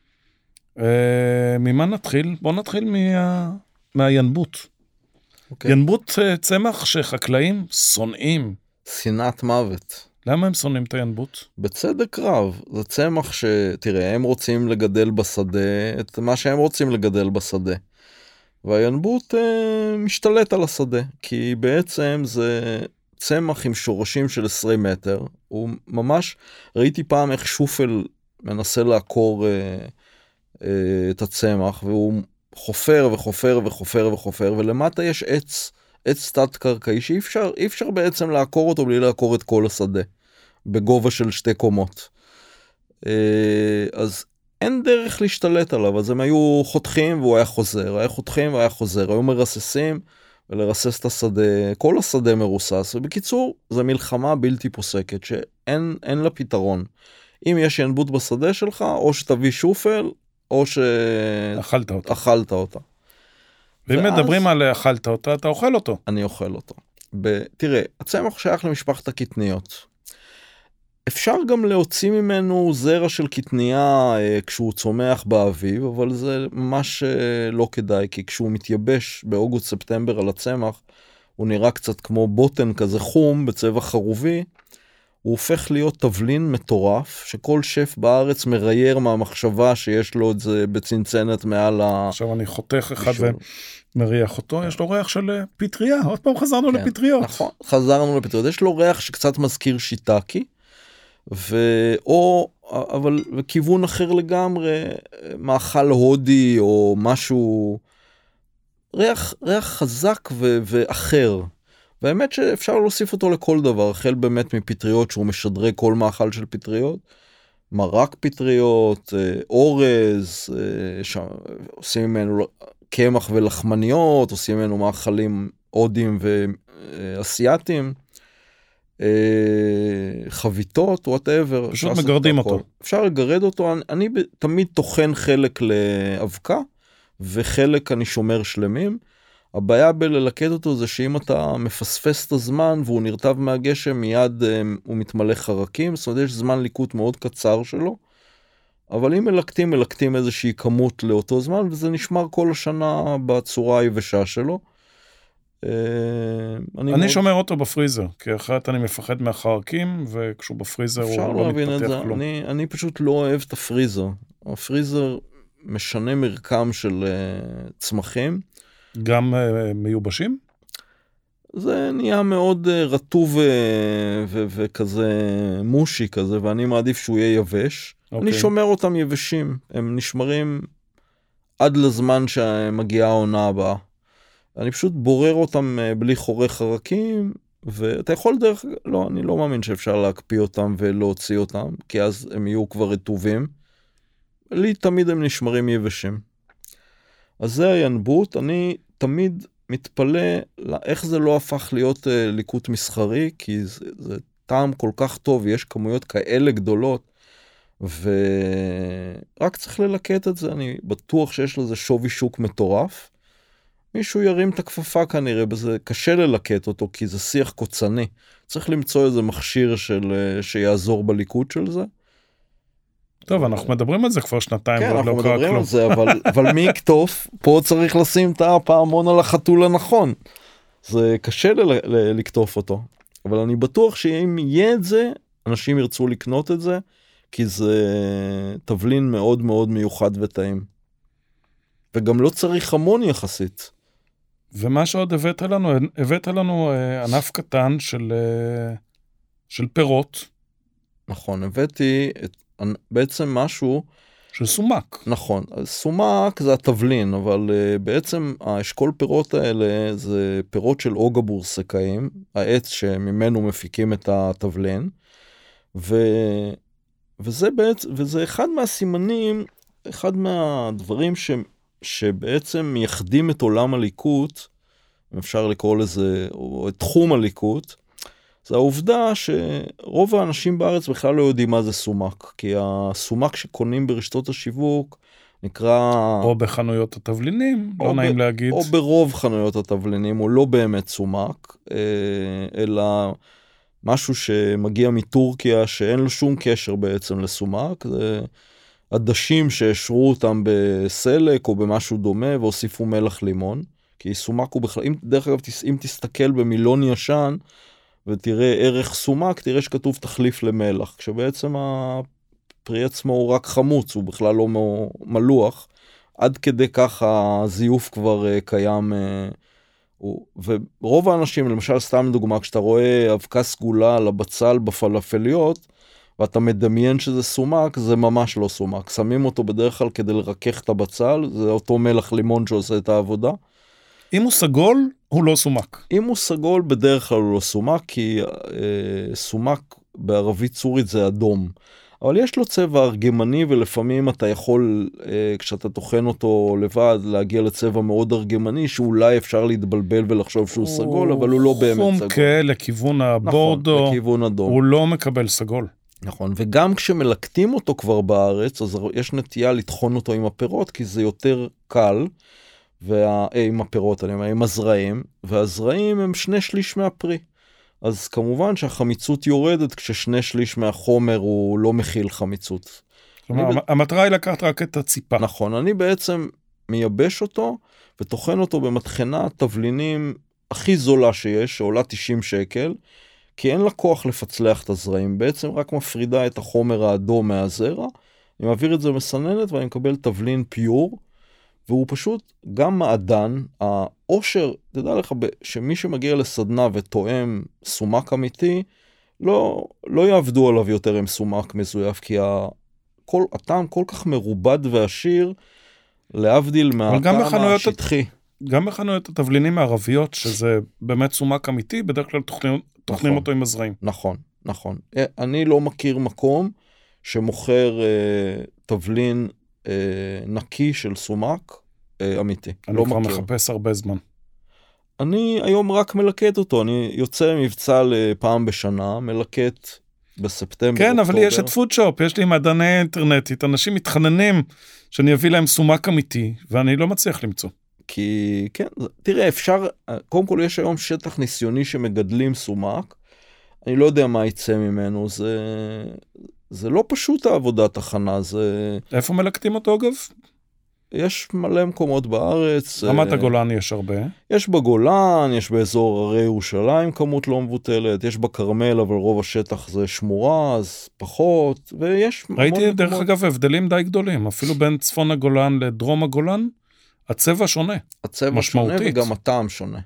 אה, ממה נתחיל? בוא נתחיל מה, מהינבוט. אוקיי. ינבוט אה, צמח שחקלאים שונאים. שנאת מוות. למה הם שונאים את הינבוט? בצדק רב, זה צמח שתראה, הם רוצים לגדל בשדה את מה שהם רוצים לגדל בשדה. והינבוט אה, משתלט על השדה, כי בעצם זה צמח עם שורשים של עשרים מטר. הוא ממש, ראיתי פעם איך שופל מנסה לעקור אה, אה, את הצמח, והוא חופר וחופר וחופר וחופר, ולמטה יש עץ, עץ תת קרקעי, שאי אפשר, אי אפשר בעצם לעקור אותו בלי לעקור את כל השדה, בגובה של שתי קומות. אה, אז אין דרך להשתלט עליו, אז הם היו חותכים והוא היה חוזר, היה חותכים והיה חוזר, היו מרססים ולרסס את השדה, כל השדה מרוסס, ובקיצור, זו מלחמה בלתי פוסקת, שאין אין לה פתרון. אם יש ינבוט בשדה שלך, או שתביא שופל, או ש... אכלת אותה. אכלת אותה. ואם ואז... מדברים על אכלת אותה, אתה אוכל אותו. אני אוכל אותו. ב... תראה, הצמח שייך למשפחת הקטניות. אפשר גם להוציא ממנו זרע של קטניה אה, כשהוא צומח באביב, אבל זה ממש אה, לא כדאי, כי כשהוא מתייבש באוגוסט-ספטמבר על הצמח, הוא נראה קצת כמו בוטן כזה חום בצבע חרובי, הוא הופך להיות תבלין מטורף, שכל שף בארץ מרייר מהמחשבה שיש לו את זה בצנצנת מעל ה... עכשיו אני חותך אחד ומריח אותו, יש לו ריח של פטריה, עוד פעם חזרנו כן, לפטריות. נכון, חזרנו לפטריות, יש לו ריח שקצת מזכיר שיטקי, ואו, אבל בכיוון אחר לגמרי, מאכל הודי או משהו, ריח, ריח חזק ו- ואחר. והאמת שאפשר להוסיף אותו לכל דבר, החל באמת מפטריות שהוא משדרג כל מאכל של פטריות, מרק פטריות, אורז, שם, עושים ממנו קמח ולחמניות, עושים ממנו מאכלים הודים ואסייתיים, חביתות, whatever. פשוט מגרדים אותו. אפשר לגרד אותו, אני, אני תמיד תוכן חלק לאבקה, וחלק אני שומר שלמים. הבעיה בללקט אותו זה שאם אתה מפספס את הזמן, והוא נרטב מהגשם, מיד הוא מתמלא חרקים, זאת אומרת יש זמן ליקוט מאוד קצר שלו, אבל אם מלקטים, מלקטים איזושהי כמות לאותו זמן, וזה נשמר כל השנה בצורה היבשה שלו. אני, אני מאוד... שומר אותו בפריזר, כי אחרת אני מפחד מהחרקים, וכשהוא בפריזר הוא לא מתפתח כלום. אני, אני פשוט לא אוהב את הפריזר. הפריזר משנה מרקם של uh, צמחים. גם uh, מיובשים? זה נהיה מאוד uh, רטוב uh, ו- וכזה מושי כזה, ואני מעדיף שהוא יהיה יבש. Okay. אני שומר אותם יבשים, הם נשמרים עד לזמן שמגיעה העונה הבאה. אני פשוט בורר אותם בלי חורי חרקים, ואתה יכול דרך, לא, אני לא מאמין שאפשר להקפיא אותם ולהוציא אותם, כי אז הם יהיו כבר רטובים. לי תמיד הם נשמרים יבשים. אז זה הינבוט, אני תמיד מתפלא איך זה לא הפך להיות אה, ליקוט מסחרי, כי זה, זה טעם כל כך טוב, יש כמויות כאלה גדולות, ורק צריך ללקט את זה, אני בטוח שיש לזה שווי שוק מטורף, מישהו ירים את הכפפה כנראה, וזה קשה ללקט אותו, כי זה שיח קוצני. צריך למצוא איזה מכשיר של, שיעזור בליקוט של זה. טוב, אנחנו מדברים על זה כבר שנתיים. כן, אנחנו מדברים על זה, אבל, אבל מי יקטוף? פה צריך לשים את הפעמון על החתול הנכון. זה קשה ל- ל- לקטוף אותו. אבל אני בטוח שאם יהיה את זה, אנשים ירצו לקנות את זה, כי זה תבלין מאוד מאוד מיוחד וטעים. וגם לא צריך המון יחסית. ומה שעוד הבאת לנו, הבאת לנו ענף קטן של, של פירות. נכון, הבאתי את, בעצם משהו... של סומק. נכון, סומק זה התבלין, אבל בעצם האשכול פירות האלה זה פירות של אוגה בורסקאים, העץ שממנו מפיקים את התבלין, ו... וזה, בעצם, וזה אחד מהסימנים, אחד מהדברים ש... שבעצם מייחדים את עולם הליקוט, אם אפשר לקרוא לזה, או את תחום הליקוט, זה העובדה שרוב האנשים בארץ בכלל לא יודעים מה זה סומק, כי הסומק שקונים ברשתות השיווק נקרא... או בחנויות התבלינים, לא נעים ב... להגיד. או ברוב חנויות התבלינים, הוא לא באמת סומק, אלא משהו שמגיע מטורקיה, שאין לו שום קשר בעצם לסומק, זה עדשים שהשרו אותם בסלק או במשהו דומה, והוסיפו מלח לימון, כי סומק הוא בכלל, אם, דרך אגב, אם תסתכל במילון ישן, ותראה ערך סומק, תראה שכתוב תחליף למלח, כשבעצם הפרי עצמו הוא רק חמוץ, הוא בכלל לא מלוח, עד כדי כך הזיוף כבר קיים, ורוב האנשים, למשל סתם דוגמה, כשאתה רואה אבקה סגולה על הבצל בפלאפליות, ואתה מדמיין שזה סומק, זה ממש לא סומק, שמים אותו בדרך כלל כדי לרכך את הבצל, זה אותו מלח לימון שעושה את העבודה. אם הוא סגול, הוא לא סומק. אם הוא סגול, בדרך כלל הוא לא סומק, כי אה, סומק בערבית סורית זה אדום. אבל יש לו צבע ארגמני, ולפעמים אתה יכול, אה, כשאתה תוכן אותו לבד, להגיע לצבע מאוד ארגמני, שאולי אפשר להתבלבל ולחשוב שהוא סגול, אבל הוא לא באמת סגול. חומקה לכיוון הבורדו, נכון, לכיוון אדום. הוא לא מקבל סגול. נכון, וגם כשמלקטים אותו כבר בארץ, אז יש נטייה לטחון אותו עם הפירות, כי זה יותר קל, וה... עם הפירות, אני אומר, עם הזרעים, והזרעים הם שני שליש מהפרי. אז כמובן שהחמיצות יורדת כששני שליש מהחומר הוא לא מכיל חמיצות. כלומר, ב... המטרה היא לקחת רק את הציפה. נכון, אני בעצם מייבש אותו, וטוחן אותו במטחנה תבלינים הכי זולה שיש, שעולה תשעים שקל, כי אין לה כוח לפצלח את הזרעים, בעצם רק מפרידה את החומר האדום מהזרע, אני מעביר את זה מסננת ואני מקבל תבלין פיור, והוא פשוט גם מעדן, העושר, תדע לך שמי שמגיע לסדנה וטועם סומק אמיתי, לא, לא יעבדו עליו יותר עם סומק מזויף, כי כל, הטעם כל כך מרובד ועשיר, להבדיל מהטעם השטחי. גם בחנויות התבלינים הערביות, שזה באמת סומק אמיתי, בדרך כלל תוכנים, תוכנים נכון, אותו עם הזרעים. נכון, נכון. אני לא מכיר מקום שמוכר אה, תבלין אה, נקי של סומק אה, אמיתי. אני לא כבר מכיר. מחפש הרבה זמן. אני היום רק מלקט אותו, אני יוצא מבצע לפעם בשנה, מלקט בספטמבר, כן, אוקטובר. אבל יש את פודשופ, יש לי מדעני אינטרנטית, אנשים מתחננים שאני אביא להם סומק אמיתי, ואני לא מצליח למצוא. כי, כן, תראה, אפשר, קודם כל יש היום שטח ניסיוני שמגדלים סומק, אני לא יודע מה יצא ממנו, זה, זה לא פשוט העבודת הכנה, זה... איפה מלקטים אותו אגב? יש מלא מקומות בארץ. רמת הגולן יש הרבה. יש בגולן, יש באזור הרי ירושלים כמות לא מבוטלת, יש בכרמל, אבל רוב השטח זה שמורה, אז פחות, ויש... ראיתי דרך אגב הבדלים די גדולים, אפילו בין צפון הגולן לדרום הגולן, הצבע שונה. הצבע שונה וגם הטעם שונה.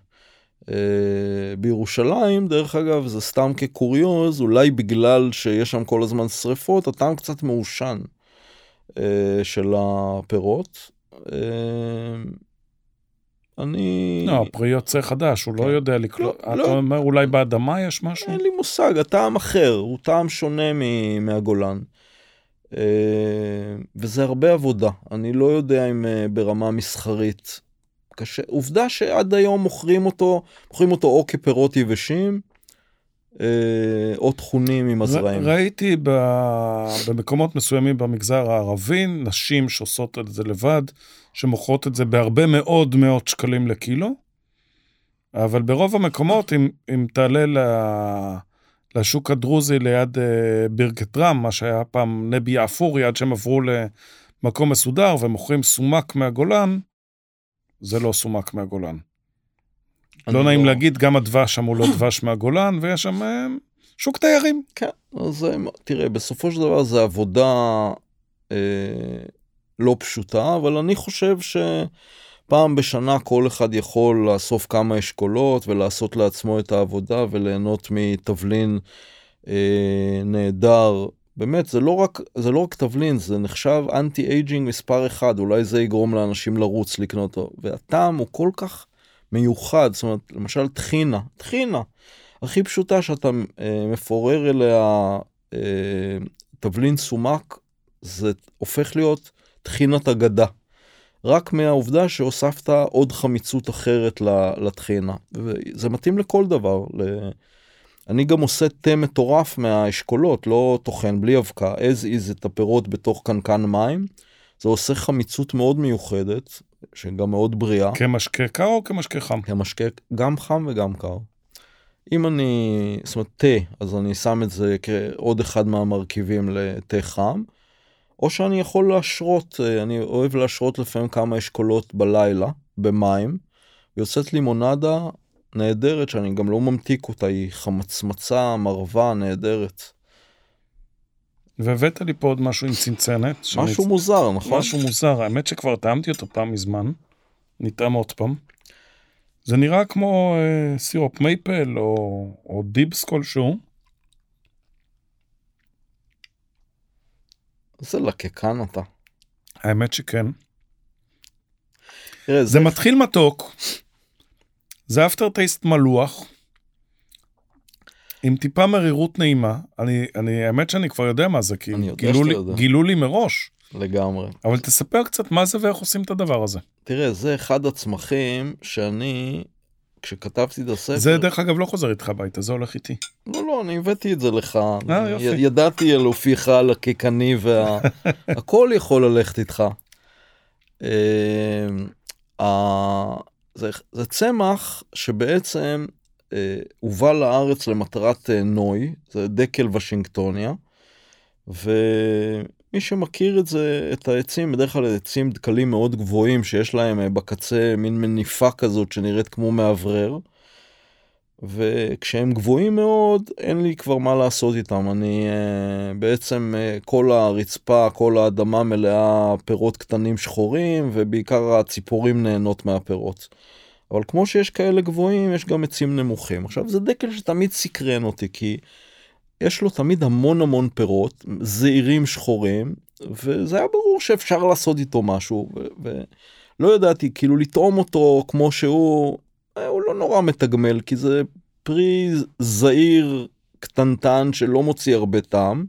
בירושלים, דרך אגב, זה סתם כקוריוז, אולי בגלל שיש שם כל הזמן שריפות, הטעם קצת מעושן. של הפירות. אני... לא, הפרי יוצא חדש, הוא לא יודע לקלוט. אתה אומר, אולי באדמה יש משהו? אין לי מושג, הטעם אחר, הוא טעם שונה מהגולן. וזה הרבה עבודה, אני לא יודע אם ברמה מסחרית. עובדה שעד היום מוכרים אותו, מוכרים אותו או כפירות יבשים, או תכונים עם הזרעים. ראיתי במקומות מסוימים במגזר הערבי, נשים שעושות את זה לבד, שמוכרות את זה בהרבה מאוד מאות שקלים לקילו, אבל ברוב המקומות, אם, אם תעלה לשוק הדרוזי ליד בירקת רם, מה שהיה פעם נבי יעפורי, עד שהם עברו למקום מסודר, ומוכרים סומק מהגולן, זה לא סומק מהגולן. לא נעים להגיד, גם הדבש שם הוא לא דבש מהגולן, ויש שם שוק תיירים. כן, אז תראה, בסופו של דבר זה עבודה אה, לא פשוטה, אבל אני חושב שפעם בשנה כל אחד יכול לאסוף כמה אשכולות ולעשות לעצמו את העבודה וליהנות מתבלין אה, נהדר. באמת, זה לא רק, זה לא רק תבלין, זה נחשב אנטי-אייג'ינג מספר אחד, אולי זה יגרום לאנשים לרוץ לקנות אותו, והטעם הוא כל כך מיוחד, זאת אומרת, למשל תחינה, תחינה, הכי פשוטה שאתה אה, מפורר אליה אה, תבלין סומק, זה הופך להיות תחינת אגדה, רק מהעובדה שהוספת עוד חמיצות אחרת לתחינה, וזה מתאים לכל דבר, ל... אני גם עושה תה מטורף מהאשכולות, לא תוכן, בלי אבקה, as is את הפירות בתוך קנקן מים, זה עושה חמיצות מאוד מיוחדת, שגם מאוד בריאה. כמשקה קר או כמשקה חם? כמשקה, גם חם וגם קר. אם אני, זאת אומרת, תה, אז אני שם את זה כעוד אחד מהמרכיבים לתה חם, או שאני יכול להשרות, אני אוהב להשרות לפעמים כמה אשכולות בלילה, במים, ויוצאת לימונדה נהדרת, שאני גם לא ממתיק אותה, היא חמצמצה, מרווה, נהדרת. והבאת לי פה עוד משהו עם צנצנת. משהו מוזר, נכון? משהו מוזר, האמת שכבר טעמתי אותו פעם מזמן, נטעם עוד פעם. זה נראה כמו אה, סירופ מייפל או, או דיבס כלשהו. זה לקקן אתה. האמת שכן. תראה, זה, זה מתחיל מתוק, זה אפטר טייסט מלוח, עם טיפה מרירות נעימה. אני, אני, האמת שאני כבר יודע מה זה, כי גילו לי, גילו לי מראש. לגמרי. אבל תספר קצת מה זה ואיך עושים את הדבר הזה. תראה, זה אחד הצמחים שאני, כשכתבתי את הספר... זה דרך אגב לא חוזר איתך ביתה, זה הולך איתי. לא, לא, אני הבאתי את זה לך. אה, יופי. י- ידעתי על אופיך, על הקקני, והכל יכול ללכת איתך. זה, זה צמח שבעצם אה, הובא לארץ למטרת אה, נוי, זה דקל וושינגטוניה, ומי שמכיר את זה, את העצים, בדרך כלל עצים דקלים מאוד גבוהים, שיש להם אה, בקצה מין מניפה כזאת שנראית כמו מעברר, וכשהם גבוהים מאוד, אין לי כבר מה לעשות איתם. אני uh, בעצם uh, כל הרצפה, כל האדמה מלאה פירות קטנים שחורים, ובעיקר הציפורים נהנות מהפירות. אבל כמו שיש כאלה גבוהים, יש גם עצים נמוכים. עכשיו, זה דקל שתמיד סקרן אותי, כי יש לו תמיד המון המון פירות, זעירים שחורים, וזה היה ברור שאפשר לעשות איתו משהו, ו- ולא ידעתי, כאילו לטעום אותו כמו שהוא... הוא לא נורא מתגמל, כי זה פרי זעיר קטנטן שלא מוציא הרבה טעם.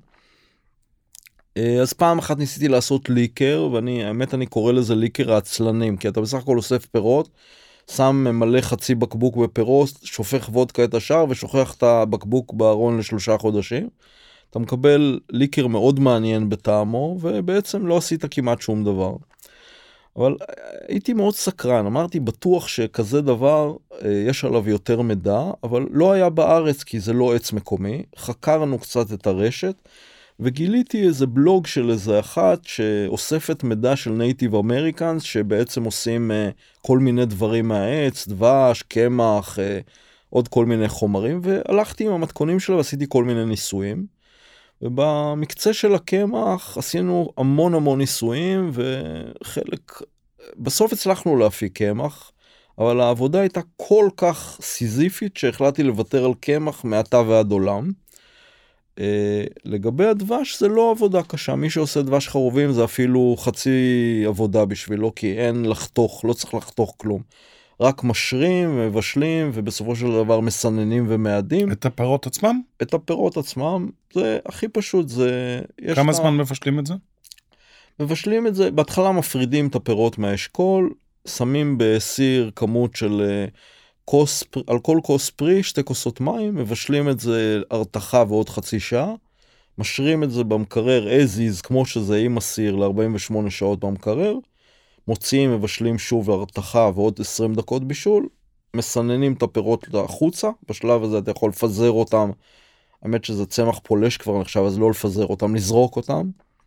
אז פעם אחת ניסיתי לעשות ליקר, ואני, האמת אני קורא לזה ליקר העצלנים, כי אתה בסך הכל אוסף פירות, שם מלא חצי בקבוק בפירות, שופך וודקה את השאר, ושוכח את הבקבוק בארון לשלושה חודשים. אתה מקבל ליקר מאוד מעניין בטעמו, ובעצם לא עשית כמעט שום דבר. אבל הייתי מאוד סקרן, אמרתי בטוח שכזה דבר יש עליו יותר מידע, אבל לא היה בארץ כי זה לא עץ מקומי. חקרנו קצת את הרשת, וגיליתי איזה בלוג של איזה אחת שאוספת מידע של נייטיב אמריקאנס, שבעצם עושים כל מיני דברים מהעץ, דבש, קמח, עוד כל מיני חומרים, והלכתי עם המתכונים שלה ועשיתי כל מיני ניסויים. ובמקצה של הקמח עשינו המון המון ניסויים, וחלק, בסוף הצלחנו להפיק קמח, אבל העבודה הייתה כל כך סיזיפית שהחלטתי לוותר על קמח מעתה ועד עולם. לגבי הדבש זה לא עבודה קשה, מי שעושה דבש חרובים זה אפילו חצי עבודה בשבילו, כי אין לחתוך, לא צריך לחתוך כלום. רק משרים, מבשלים, ובסופו של דבר מסננים ומעדים. את הפירות עצמם? את הפירות עצמם, זה הכי פשוט. זה, כמה זמן מבשלים את זה? מבשלים את זה, בהתחלה מפרידים את הפירות מהאשכול, שמים בסיר כמות של כוס, על כל כוס פרי, שתי כוסות מים, מבשלים את זה הרתחה ועוד חצי שעה, משרים את זה במקרר as is, כמו שזה עם הסיר, ל-ארבעים ושמונה שעות במקרר, מוציאים, מבשלים שוב להרתחה ועוד עשרים דקות בישול, מסננים את הפירות החוצה, בשלב הזה אתה יכול לפזר אותם, האמת שזה צמח פולש כבר נחשב, אז לא לפזר אותם, לזרוק אותם,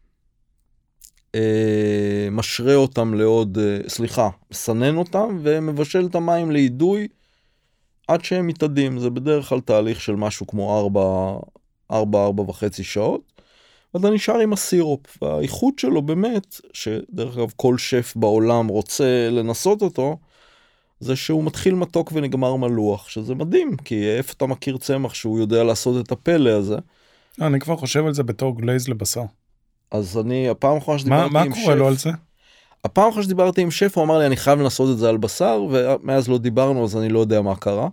אה, משרה אותם לעוד, אה, סליחה, מסנן אותם, ומבשל את המים לידוי, עד שהם מתאדים, זה בדרך כלל תהליך של משהו כמו ארבע, ארבע, ארבע וחצי שעות, ואתה נשאר עם הסירופ, והאיכות שלו באמת, שדרך אגב כל שף בעולם רוצה לנסות אותו, זה שהוא מתחיל מתוק ונגמר מלוח, שזה מדהים, כי איפה אתה מכיר צמח שהוא יודע לעשות את הפלא הזה? אני כבר חושב על זה בתור גלייז לבשר. אז אני, הפעם האחרונה שדיברתי מה, עם מה שף... קורה לו על זה? הפעם האחרונה שדיברתי עם שף, הוא אמר לי, אני חייב לנסות את זה על בשר, ומאז לא דיברנו, אז אני לא יודע מה קרה.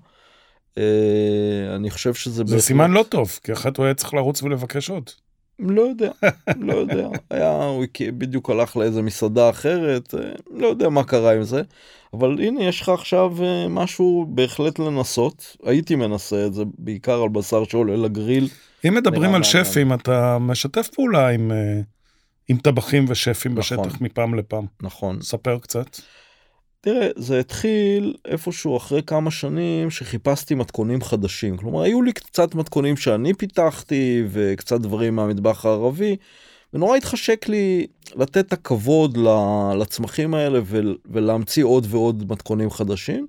אני חושב שזה... זה בהחלט... סימן לא טוב, כי אחת הוא היה צריך לרוץ ולבקש עוד. לא יודע, לא יודע. היה, הוא בדיוק הלך לאיזה מסעדה אחרת, לא יודע מה קרה עם זה. אבל הנה, יש לך עכשיו משהו בהחלט לנסות. הייתי מנסה את זה, בעיקר על בשר שעולה לגריל. אם מדברים על שפים, אתה משתף פעולה עם, עם טבחים ושפים נכון, בשטח מפעם לפעם. נכון. ספר קצת. תראה, זה התחיל איפשהו אחרי כמה שנים שחיפשתי מתכונים חדשים. כלומר, היו לי קצת מתכונים שאני פיתחתי וקצת דברים מהמטבח הערבי, ונורא התחשק לי לתת את הכבוד לצמחים האלה ולהמציא עוד ועוד מתכונים חדשים.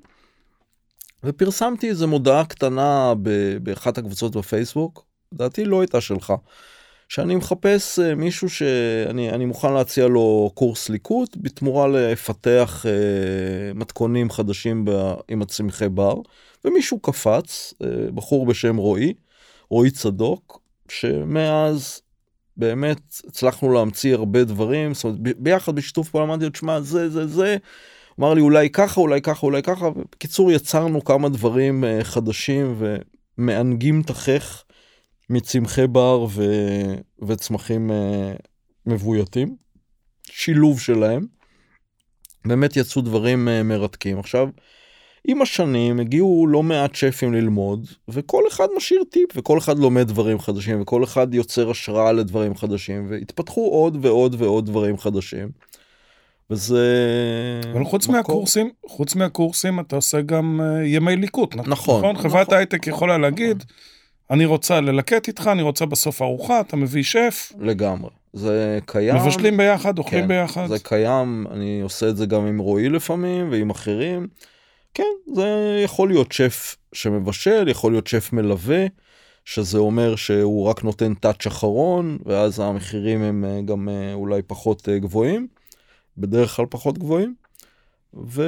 ופרסמתי איזו מודעה קטנה באחת הקבוצות בפייסבוק, לדעתי לא הייתה שלך, שאני מחפש מישהו שאני אני מוכן להציע לו קורס ליקוט, בתמורה לפתח אה, מתכונים חדשים ב, עם הצמחי בר, ומישהו קפץ, אה, בחור בשם רועי, רועי צדוק, שמאז באמת הצלחנו להמציא הרבה דברים, זאת אומרת, ב, ביחד בשיתוף פעולה אמרתי לו, תשמע, זה, זה, זה, אמר לי אולי ככה, אולי ככה, אולי ככה, בקיצור יצרנו כמה דברים אה, חדשים ומענגים תחך, מצמחי בר ו... וצמחים uh, מבויתים, שילוב שלהם, באמת יצאו דברים uh, מרתקים. עכשיו, עם השנים הגיעו לא מעט שפים ללמוד, וכל אחד משאיר טיפ, וכל אחד לומד דברים חדשים, וכל אחד יוצר השראה לדברים חדשים, והתפתחו עוד ועוד ועוד דברים חדשים. וזה... אבל חוץ מקור... מהקורסים, חוץ מהקורסים אתה עושה גם uh, ימי ליקוט, נכון? נכון. חברת נכון. הייטק יכולה להגיד, אני רוצה ללקט איתך, אני רוצה בסוף ארוחה, אתה מביא שף. לגמרי. זה קיים. מבשלים ביחד, אוכלים כן, ביחד. זה קיים, אני עושה את זה גם עם רועי לפעמים, ועם אחרים. כן, זה יכול להיות שף שמבשל, יכול להיות שף מלווה, שזה אומר שהוא רק נותן טאץ' אחרון, ואז המחירים הם גם אולי פחות גבוהים, בדרך כלל פחות גבוהים. ו...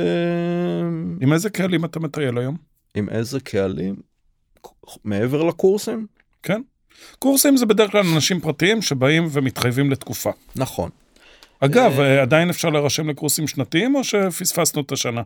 עם איזה קהלים אתה מטייל היום? עם איזה קהלים? מעבר לקורסים? כן. קורסים זה בדרך כלל אנשים פרטיים שבאים ומתחייבים לתקופה. נכון. אגב, עדיין אפשר לרשם לקורסים שנתיים או שפספסנו את השנה?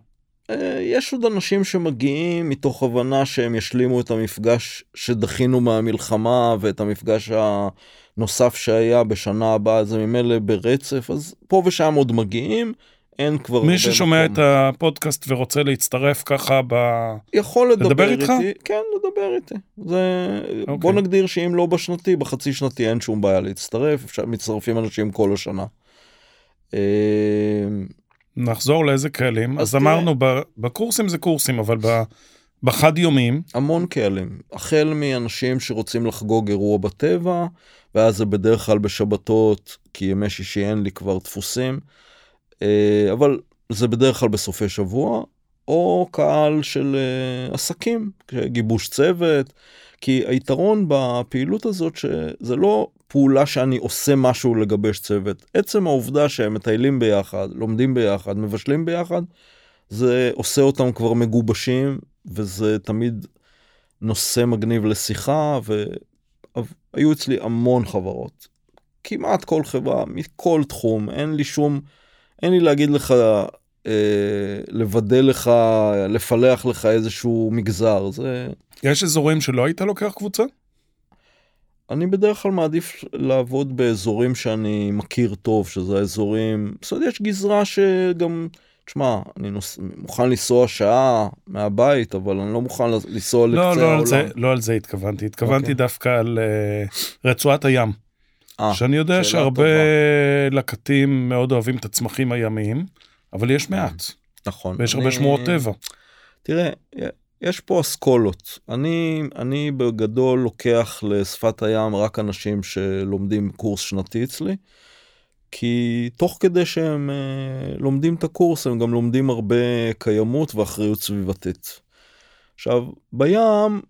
יש עוד אנשים שמגיעים מתוך הבנה שהם ישלימו את המפגש שדחינו מהמלחמה ואת המפגש הנוסף שהיה בשנה הבאה, זה ממילא ברצף, אז פה ושם עוד מגיעים. אין כבר... מי ששומע מקום. את הפודקאסט ורוצה להצטרף ככה ב... יכול לדבר, לדבר איתך? איתי. כן, לדבר איתי. זה... Okay. בוא נגדיר שאם לא בשנתי, בחצי שנתי אין שום בעיה להצטרף, אפשר... מצטרפים אנשים כל השנה. נחזור לאיזה קהלים. אז, אז אמרנו, תראה... בקורסים זה קורסים, אבל ב... בחד יומים... המון קהלים. החל מאנשים שרוצים לחגוג אירוע בטבע, ואז זה בדרך כלל בשבתות, כי ימי שישי אין לי כבר דפוסים, אבל זה בדרך כלל בסופי שבוע, או קהל של עסקים, גיבוש צוות, כי היתרון בפעילות הזאת שזה לא פעולה שאני עושה משהו לגבש צוות, עצם העובדה שהם מטיילים ביחד, לומדים ביחד, מבשלים ביחד, זה עושה אותם כבר מגובשים, וזה תמיד נושא מגניב לשיחה, והיו אצלי המון חברות, כמעט כל חברה, מכל תחום, אין לי שום... אין לי להגיד לך, אה, לבדל לך, לפלח לך איזשהו מגזר. זה... יש אזורים שלא היית לוקח קבוצה? אני בדרך כלל מעדיף לעבוד באזורים שאני מכיר טוב, שזה האזורים... זאת אומרת, יש גזרה שגם... תשמע, אני נוס... מוכן לנסוע שעה מהבית, אבל אני לא מוכן לנסוע לא, לקצה לא העולם. על זה, לא על זה התכוונתי. התכוונתי okay. דווקא על uh, רצועת הים. 아, שאני יודע שהרבה טובה. לקטים מאוד אוהבים את הצמחים הימיים, אבל יש מעט. נכון. ויש אני... הרבה שמורות טבע. תראה, יש פה אסכולות. אני, אני בגדול לוקח לשפת הים רק אנשים שלומדים קורס שנתי אצלי, כי תוך כדי שהם לומדים את הקורס, הם גם לומדים הרבה קיימות ואחריות סביבתית. עכשיו, בים,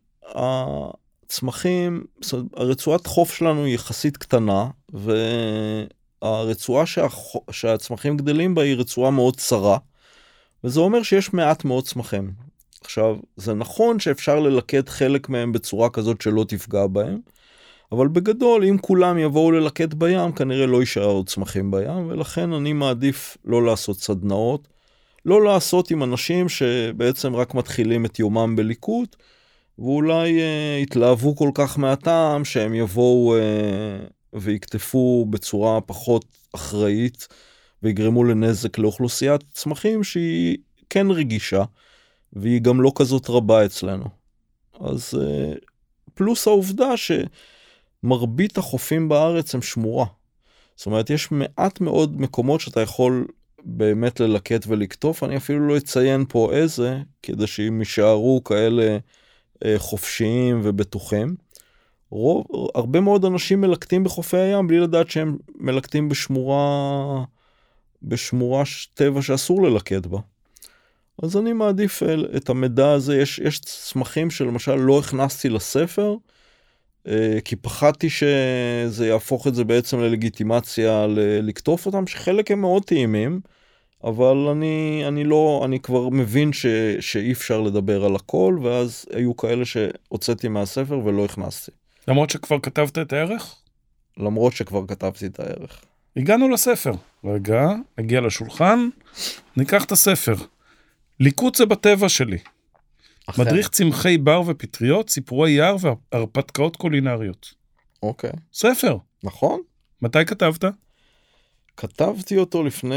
הצמחים, הרצועת חוף שלנו היא יחסית קטנה, והרצועה שהצמחים גדלים בה היא רצועה מאוד צרה, וזה אומר שיש מעט מאוד צמחים. עכשיו, זה נכון שאפשר ללקט חלק מהם בצורה כזאת שלא תפגע בהם, אבל בגדול, אם כולם יבואו ללקט בים, כנראה לא יישאר עוד צמחים בים, ולכן אני מעדיף לא לעשות סדנאות, לא לעשות עם אנשים שבעצם רק מתחילים את יומם בליקוט, ואולי אה, יתלהבו כל כך מהטעם שהם יבואו אה, ויקטפו בצורה פחות אחראית, ויגרמו לנזק לאוכלוסיית צמחים שהיא כן רגישה, והיא גם לא כזאת רבה אצלנו. אז אה, פלוס העובדה שמרבית החופים בארץ הם שמורה. זאת אומרת, יש מעט מאוד מקומות שאתה יכול באמת ללקט ולקטוף, אני אפילו לא אציין פה איזה, כדי שהם יישארו כאלה אה, חופשיים ובטוחים. רוב, הרבה מאוד אנשים מלקטים בחופי הים, בלי לדעת שהם מלקטים בשמורה, בשמורה טבע שאסור ללקט בה. אז אני מעדיף את המידע הזה, יש, יש צמחים שלמשל לא הכנסתי לספר, אה, כי פחדתי שזה יהפוך את זה בעצם ללגיטימציה ל- לקטוף אותם, שחלק הם מאוד טעימים, אבל אני, אני לא, אני כבר מבין ש, שאי אפשר לדבר על הכל, ואז היו כאלה שהוצאתי מהספר ולא הכנסתי. למרות שכבר כתבת את הערך? למרות שכבר כתבתי את הערך. הגענו לספר. רגע, נגיע לשולחן, ניקח את הספר. ליקוט זה בטבע שלי. אחרי. מדריך צמחי בר ופטריות, סיפורי יער והרפתקאות קולינריות. אוקיי. ספר. נכון. מתי כתבת? כתבתי אותו לפני,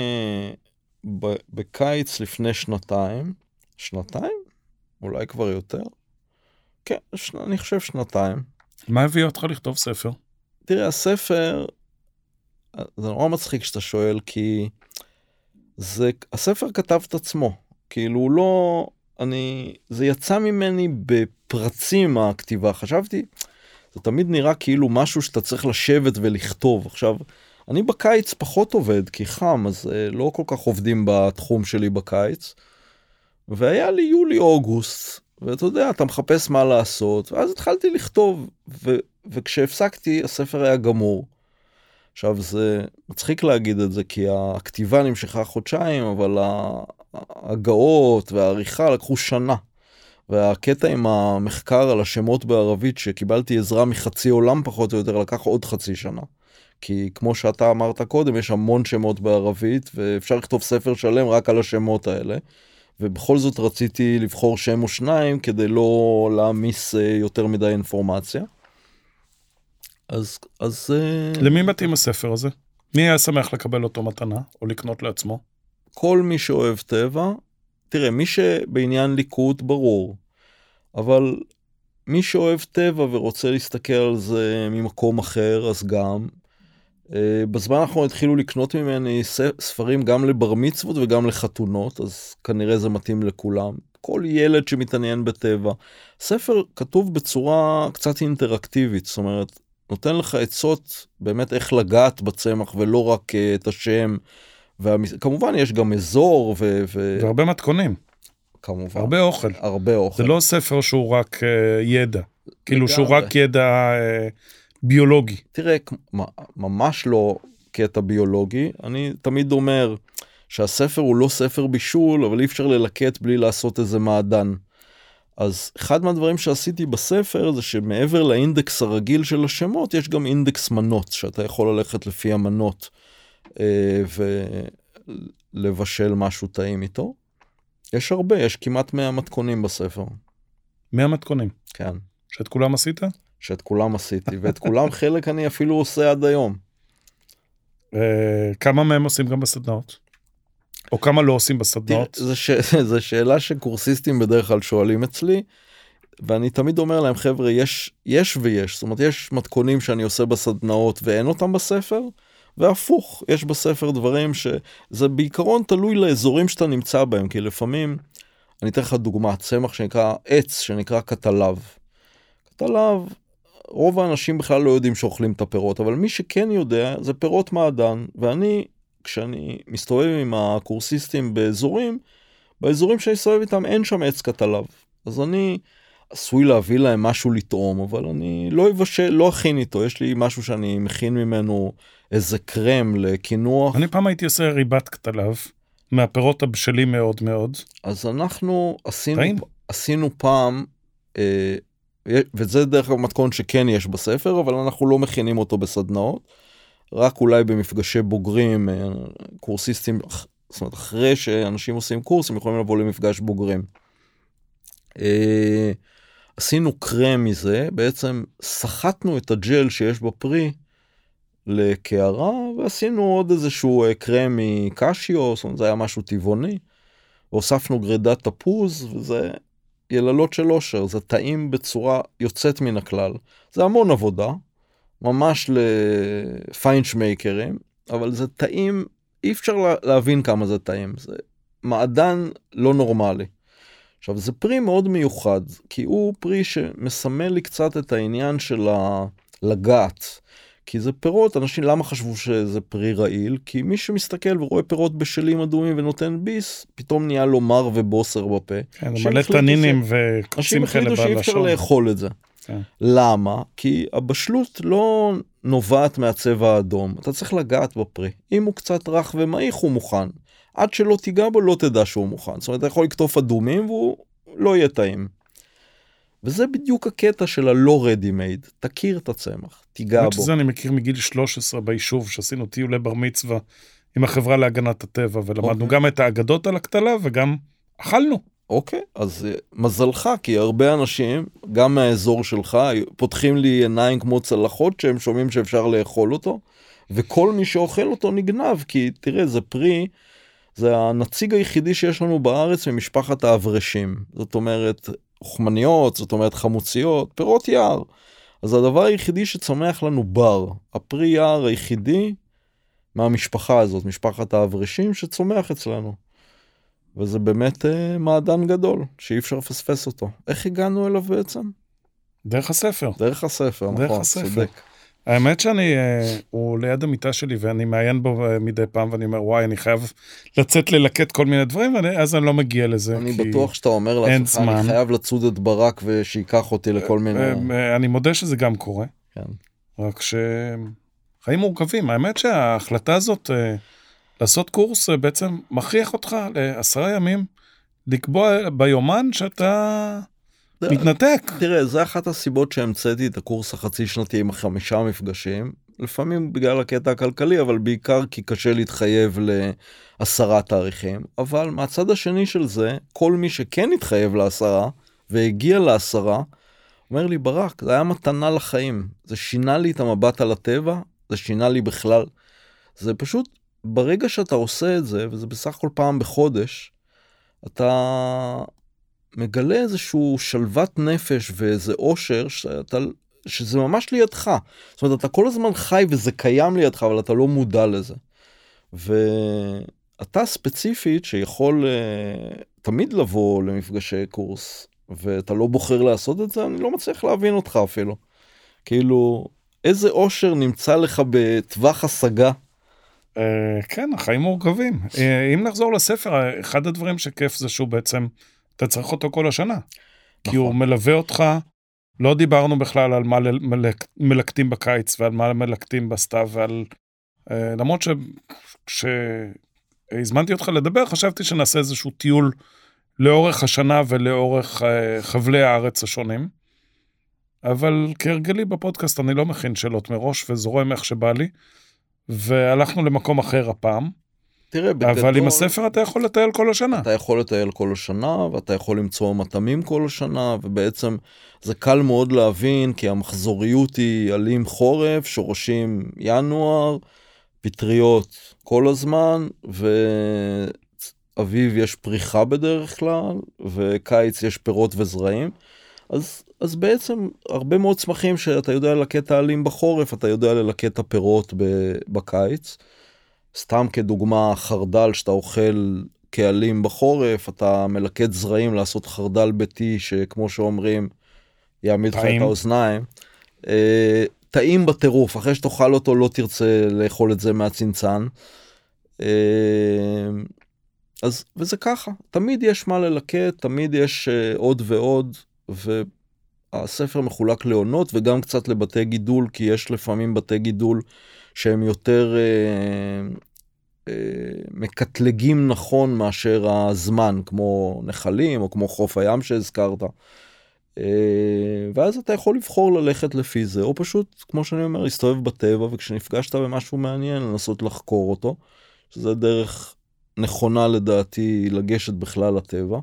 ב, בקיץ לפני שנתיים. שנתיים? אולי כבר יותר? כן, ש... אני חושב שנתיים. מה הביא אותך לכתוב ספר? תראה, הספר, זה נורא מצחיק שאתה שואל, כי זה, הספר כתב את עצמו. כאילו הוא לא, אני, זה יצא ממני בפרצים הכתיבה. חשבתי, זה תמיד נראה כאילו משהו שאתה צריך לשבת ולכתוב. עכשיו, אני בקיץ פחות עובד, כי חם, אז לא כל כך עובדים בתחום שלי בקיץ. והיה לי יולי-אוגוסט, ואתה יודע, אתה מחפש מה לעשות, ואז התחלתי לכתוב, ו- וכשהפסקתי, הספר היה גמור. עכשיו, זה מצחיק להגיד את זה, כי הכתיבה נמשכה חודשיים, אבל ההגאות והעריכה לקחו שנה. והקטע עם המחקר על השמות בערבית, שקיבלתי עזרה מחצי עולם פחות או יותר, לקח עוד חצי שנה. כי כמו שאתה אמרת קודם, יש המון שמות בערבית, ואפשר לכתוב ספר שלם רק על השמות האלה. ובכל זאת רציתי לבחור שם או שניים, כדי לא להמיס יותר מדי אינפורמציה. אז, אז... למי מתאים הספר הזה? מי היה שמח לקבל אותו מתנה, או לקנות לעצמו? כל מי שאוהב טבע, תראה, מי שבעניין ליקוט ברור, אבל מי שאוהב טבע ורוצה להסתכל על זה ממקום אחר, אז גם. בזמן האחרון התחילו לקנות ממני ספרים גם לבר מצוות וגם לחתונות, אז כנראה זה מתאים לכולם. כל ילד שמתעניין בטבע. ספר כתוב בצורה קצת אינטראקטיבית, זאת אומרת, נותן לך עצות באמת איך לגעת בצמח ולא רק את השם. וכמובן יש גם אזור ו... ו... והרבה מתכונים. כמובן. הרבה אוכל. הרבה אוכל. זה לא ספר שהוא רק uh, ידע. כאילו שהוא רק ידע uh, ביולוגי. תראה, ממש לא קטע ביולוגי. אני תמיד אומר שהספר הוא לא ספר בישול, אבל אי אפשר ללקט בלי לעשות איזה מעדן. אז אחד מהדברים שעשיתי בספר זה שמעבר לאינדקס הרגיל של השמות, יש גם אינדקס מנות, שאתה יכול ללכת לפי המנות ולבשל משהו טעים איתו. יש הרבה, יש כמעט מאה מתכונים בספר. מאה מתכונים? כן. שאת כולם עשית? שאת כולם עשיתי, ואת כולם חלק אני אפילו עושה עד היום. כמה מהם עושים גם בסדנאות? או כמה לא עושים בסדנאות? זו שאלה שקורסיסטים בדרך כלל שואלים אצלי, ואני תמיד אומר להם, חבר'ה, יש, יש ויש. זאת אומרת, יש מתכונים שאני עושה בסדנאות ואין אותם בספר, והפוך, יש בספר דברים שזה בעיקרון תלוי לאזורים שאתה נמצא בהם, כי לפעמים, אני אתן לך דוגמה, צמח שנקרא עץ, שנקרא קטלב. קטלב, רוב האנשים בכלל לא יודעים שאוכלים את הפירות, אבל מי שכן יודע, זה פירות מעדן, ואני, כשאני מסתובב עם הקורסיסטים באזורים, באזורים שאני מסתובב איתם אין שם עץ קטלב. אז אני עשוי להביא להם משהו לטעום, אבל אני לא אבשל, לא אכין איתו, יש לי משהו שאני מכין ממנו איזה קרם לקינוח. אני פעם הייתי עושה ריבת כתליו, מהפירות הבשלים מאוד מאוד. אז אנחנו עשינו, עשינו פעם, אה, וזה דרך המתכון שכן יש בספר, אבל אנחנו לא מכינים אותו בסדנאות, רק אולי במפגשי בוגרים, קורסיסטים, זאת אומרת, אחרי שאנשים עושים קורס, הם יכולים לבוא למפגש בוגרים. אה, עשינו קרם מזה, בעצם סחטנו את הג'ל שיש בפרי לקערה, ועשינו עוד איזשהו קרם מקשיו, זאת אומרת, זה היה משהו טבעוני, והוספנו גרידת תפוז, וזה יללות של אושר, זה טעים בצורה יוצאת מן הכלל. זה המון עבודה, ממש לפיינשמייקרים, אבל זה טעים, אי אפשר להבין כמה זה טעים, זה מעדן לא נורמלי. עכשיו, זה פרי מאוד מיוחד, כי הוא פרי שמסמל לי קצת את העניין של לגעת, כי זה פירות, אנשים למה חשבו שזה פרי רעיל? כי מי שמסתכל ורואה פירות בשלים אדומים ונותן ביס, פתאום נהיה לו מר ובוסר בפה. כן, מלא תנינים וקוצים כאלה בלשון. אנשים החליטו שאי אפשר לאכול את זה. כן. למה? כי הבשלות לא נובעת מהצבע האדום, אתה צריך לגעת בפרי. אם הוא קצת רך ומעיך הוא מוכן. עד שלא תיגע בו לא תדע שהוא מוכן. זאת אומרת, אתה יכול לקטוף אדומים והוא לא יהיה טעים. וזה בדיוק הקטע של הלא ready made. תכיר את הצמח, תיגע בו. שזה אני מכיר מגיל שלוש עשרה ביישוב, שעשינו טיולי בר מצווה עם החברה להגנת הטבע, ולמדנו okay. גם את האגדות על הכתלה וגם אכלנו. אוקיי, okay, אז מזלך, כי הרבה אנשים, גם מהאזור שלך, פותחים לי עיניים כמו צלחות, שהם שומעים שאפשר לאכול אותו, וכל מי שאוכל אותו נגנב, כי תראה, זה פרי, זה הנציג היחידי שיש לנו בארץ ממשפחת האברשים. זאת אומרת, חמניות, זאת אומרת חמוציות, פירות יער. אז הדבר היחידי שצומח לנו בר, הפרי יער היחידי מהמשפחה הזאת, משפחת האברשים שצומח אצלנו. וזה באמת uh, מעדן גדול, שאי אפשר לפספס אותו. איך הגענו אליו בעצם? דרך הספר. דרך הספר, דרך נכון, הספר. צודק. האמת שאני, הוא ליד המיטה שלי, ואני מעיין בו מדי פעם, ואני אומר, וואי, אני חייב לצאת ללקט כל מיני דברים, ואז אני לא מגיע לזה. אני בטוח שאתה אומר לעצמך, אני חייב לצוד את ברק, ושיקח אותי לכל מיני... אני מודה שזה גם קורה. כן. רק שחיים מורכבים. האמת שההחלטה הזאת, לעשות קורס, בעצם מכריח אותך לעשרה ימים, לקבוע ביומן שאתה... מתנתק. תראה, זה אחת הסיבות שהמצאתי את הקורס החצי שנתי עם חמישה מפגשים, לפעמים בגלל הקטע הכלכלי, אבל בעיקר כי קשה להתחייב לעשרה תאריכים, אבל מהצד השני של זה, כל מי שכן התחייב לעשרה, והגיע לעשרה, אומר לי, ברק, זה היה מתנה לחיים, זה שינה לי את המבט על הטבע, זה שינה לי בכלל, זה פשוט, ברגע שאתה עושה את זה, וזה בסך הכל פעם בחודש, אתה... מגלה איזשהו שלוות נפש ואיזה אושר שאתה, שזה ממש לידך. זאת אומרת, אתה כל הזמן חי וזה קיים לידך, אבל אתה לא מודע לזה. ואתה ספציפית שיכול uh, תמיד לבוא למפגשי קורס, ואתה לא בוחר לעשות את זה, אני לא מצליח להבין אותך אפילו. כאילו, איזה אושר נמצא לך בטווח השגה? Uh, כן, החיים מורכבים. Uh, אם נחזור לספר, אחד הדברים שכיף זה שהוא בעצם... אתה צריך אותו כל השנה, נכון. כי הוא מלווה אותך, לא דיברנו בכלל על מה מלק, מלקטים בקיץ, ועל מה מלקטים בסתיו, ועל, אה, למרות שכשהזמנתי אותך לדבר, חשבתי שנעשה איזשהו טיול לאורך השנה, ולאורך אה, חבלי הארץ השונים, אבל כהרגלי בפודקאסט, אני לא מכין שאלות מראש, וזורם איך שבא לי, והלכנו למקום אחר הפעם, תראה, אבל בגדול, עם הספר אתה יכול לטייל כל השנה. אתה יכול לטייל כל השנה, ואתה יכול למצוא מטעמים כל השנה, ובעצם זה קל מאוד להבין, כי המחזוריות היא עלים חורף, שורשים ינואר, פטריות כל הזמן, ואביב יש פריחה בדרך כלל, וקיץ יש פירות וזרעים, אז, אז בעצם הרבה מאוד צמחים שאתה יודע ללקט העלים בחורף, אתה יודע ללקט הפירות בקיץ, סתם כדוגמה, חרדל שאתה אוכל כעלים בחורף, אתה מלקט זרעים לעשות חרדל ביתי, שכמו שאומרים, יעמיד לך את האוזניים. אה, טעים בטירוף, אחרי שתאכל אותו לא תרצה לאכול את זה מהצנצן. אה, אז, וזה ככה, תמיד יש מה ללקט, תמיד יש uh, עוד ועוד, והספר מחולק לעונות, וגם קצת לבתי גידול, כי יש לפעמים בתי גידול שהם יותר uh, uh, מקטלגים נכון מאשר הזמן, כמו נחלים, או כמו חוף הים שהזכרת. Uh, ואז אתה יכול לבחור ללכת לפי זה, או פשוט, כמו שאני אומר, להסתובב בטבע, וכשנפגשת במשהו מעניין, לנסות לחקור אותו, שזה דרך נכונה לדעתי לגשת בכלל לטבע.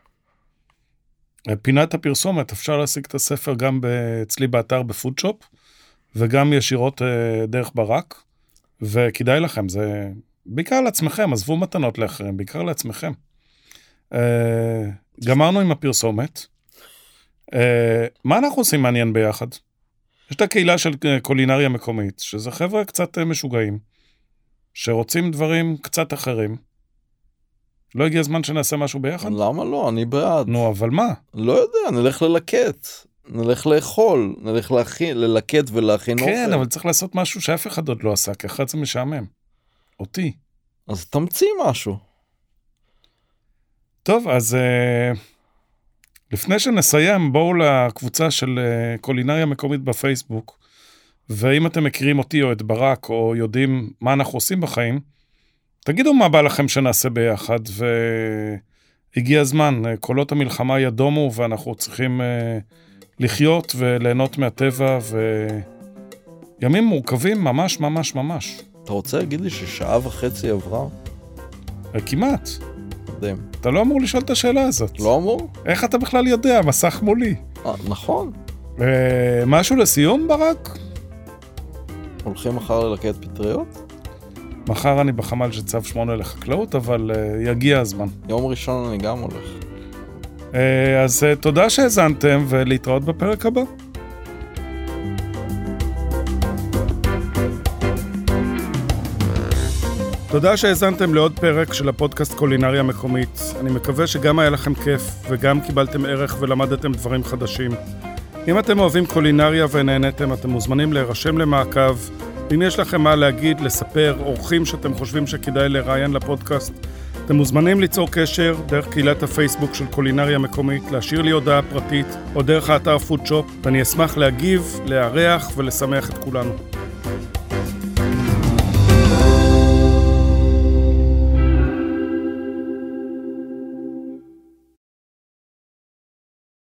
פינת הפרסומת, אפשר להשיג את הספר גם אצלי באתר בפודשופ, וגם ישירות דרך ברק, וכדאי לכם, זה בעיקר לעצמכם, עזבו מתנות לאחרים, בעיקר לעצמכם. גמרנו עם הפרסומת. מה אנחנו עושים מעניין ביחד? יש את הקהילה של קולינריה מקומית, שזה חבר'ה קצת משוגעים, שרוצים דברים קצת אחרים. לא הגיע הזמן שנעשה משהו ביחד? למה לא? אני בעד. נו, אבל מה? לא יודע, נלך ללקט, נלך לאכול, נלך להכין, ללקט ולהכין אוכל. כן, אבל צריך לעשות משהו שאף אחד עוד לא עשה, כי אחד זה משעמם. אותי. אז תמציא משהו. טוב, אז uh, לפני שנסיים, בואו לקבוצה של uh, קולינריה מקומית בפייסבוק, ואם אתם מכירים אותי או את ברק, או יודעים מה אנחנו עושים בחיים, תגידו מה בא לכם שנעשה ביחד, והגיע הזמן, קולות המלחמה ידומו, ואנחנו צריכים לחיות וליהנות מהטבע, וימים מורכבים ממש ממש ממש. אתה רוצה להגיד לי ששעה וחצי עברה? כמעט. מדהים. אתה לא אמור לשאול את השאלה הזאת. לא אמור? איך אתה בכלל יודע? מסך מולי. אה, נכון. משהו לסיום, ברק? הולכים מחר ללקט פטריות? מחר אני בחמ"ל של צו שמונה לחקלאות, אבל uh, יגיע הזמן. יום ראשון אני גם הולך. Uh, אז uh, תודה שהזנתם, ולהתראות בפרק הבא. תודה שהזנתם לעוד פרק של הפודקאסט קולינריה מקומית. אני מקווה שגם היה לכם כיף, וגם קיבלתם ערך ולמדתם דברים חדשים. אם אתם אוהבים קולינריה ונהנתם, אתם מוזמנים להירשם למעקב. אם יש לכם מה להגיד, לספר, אורחים שאתם חושבים שכדאי לראיין לפודקאסט, אתם מוזמנים ליצור קשר דרך קהילת הפייסבוק של קולינריה מקומית, להשאיר לי הודעה פרטית או דרך האתר פודשופ, ואני אשמח להגיב, לארח ולשמח את כולנו.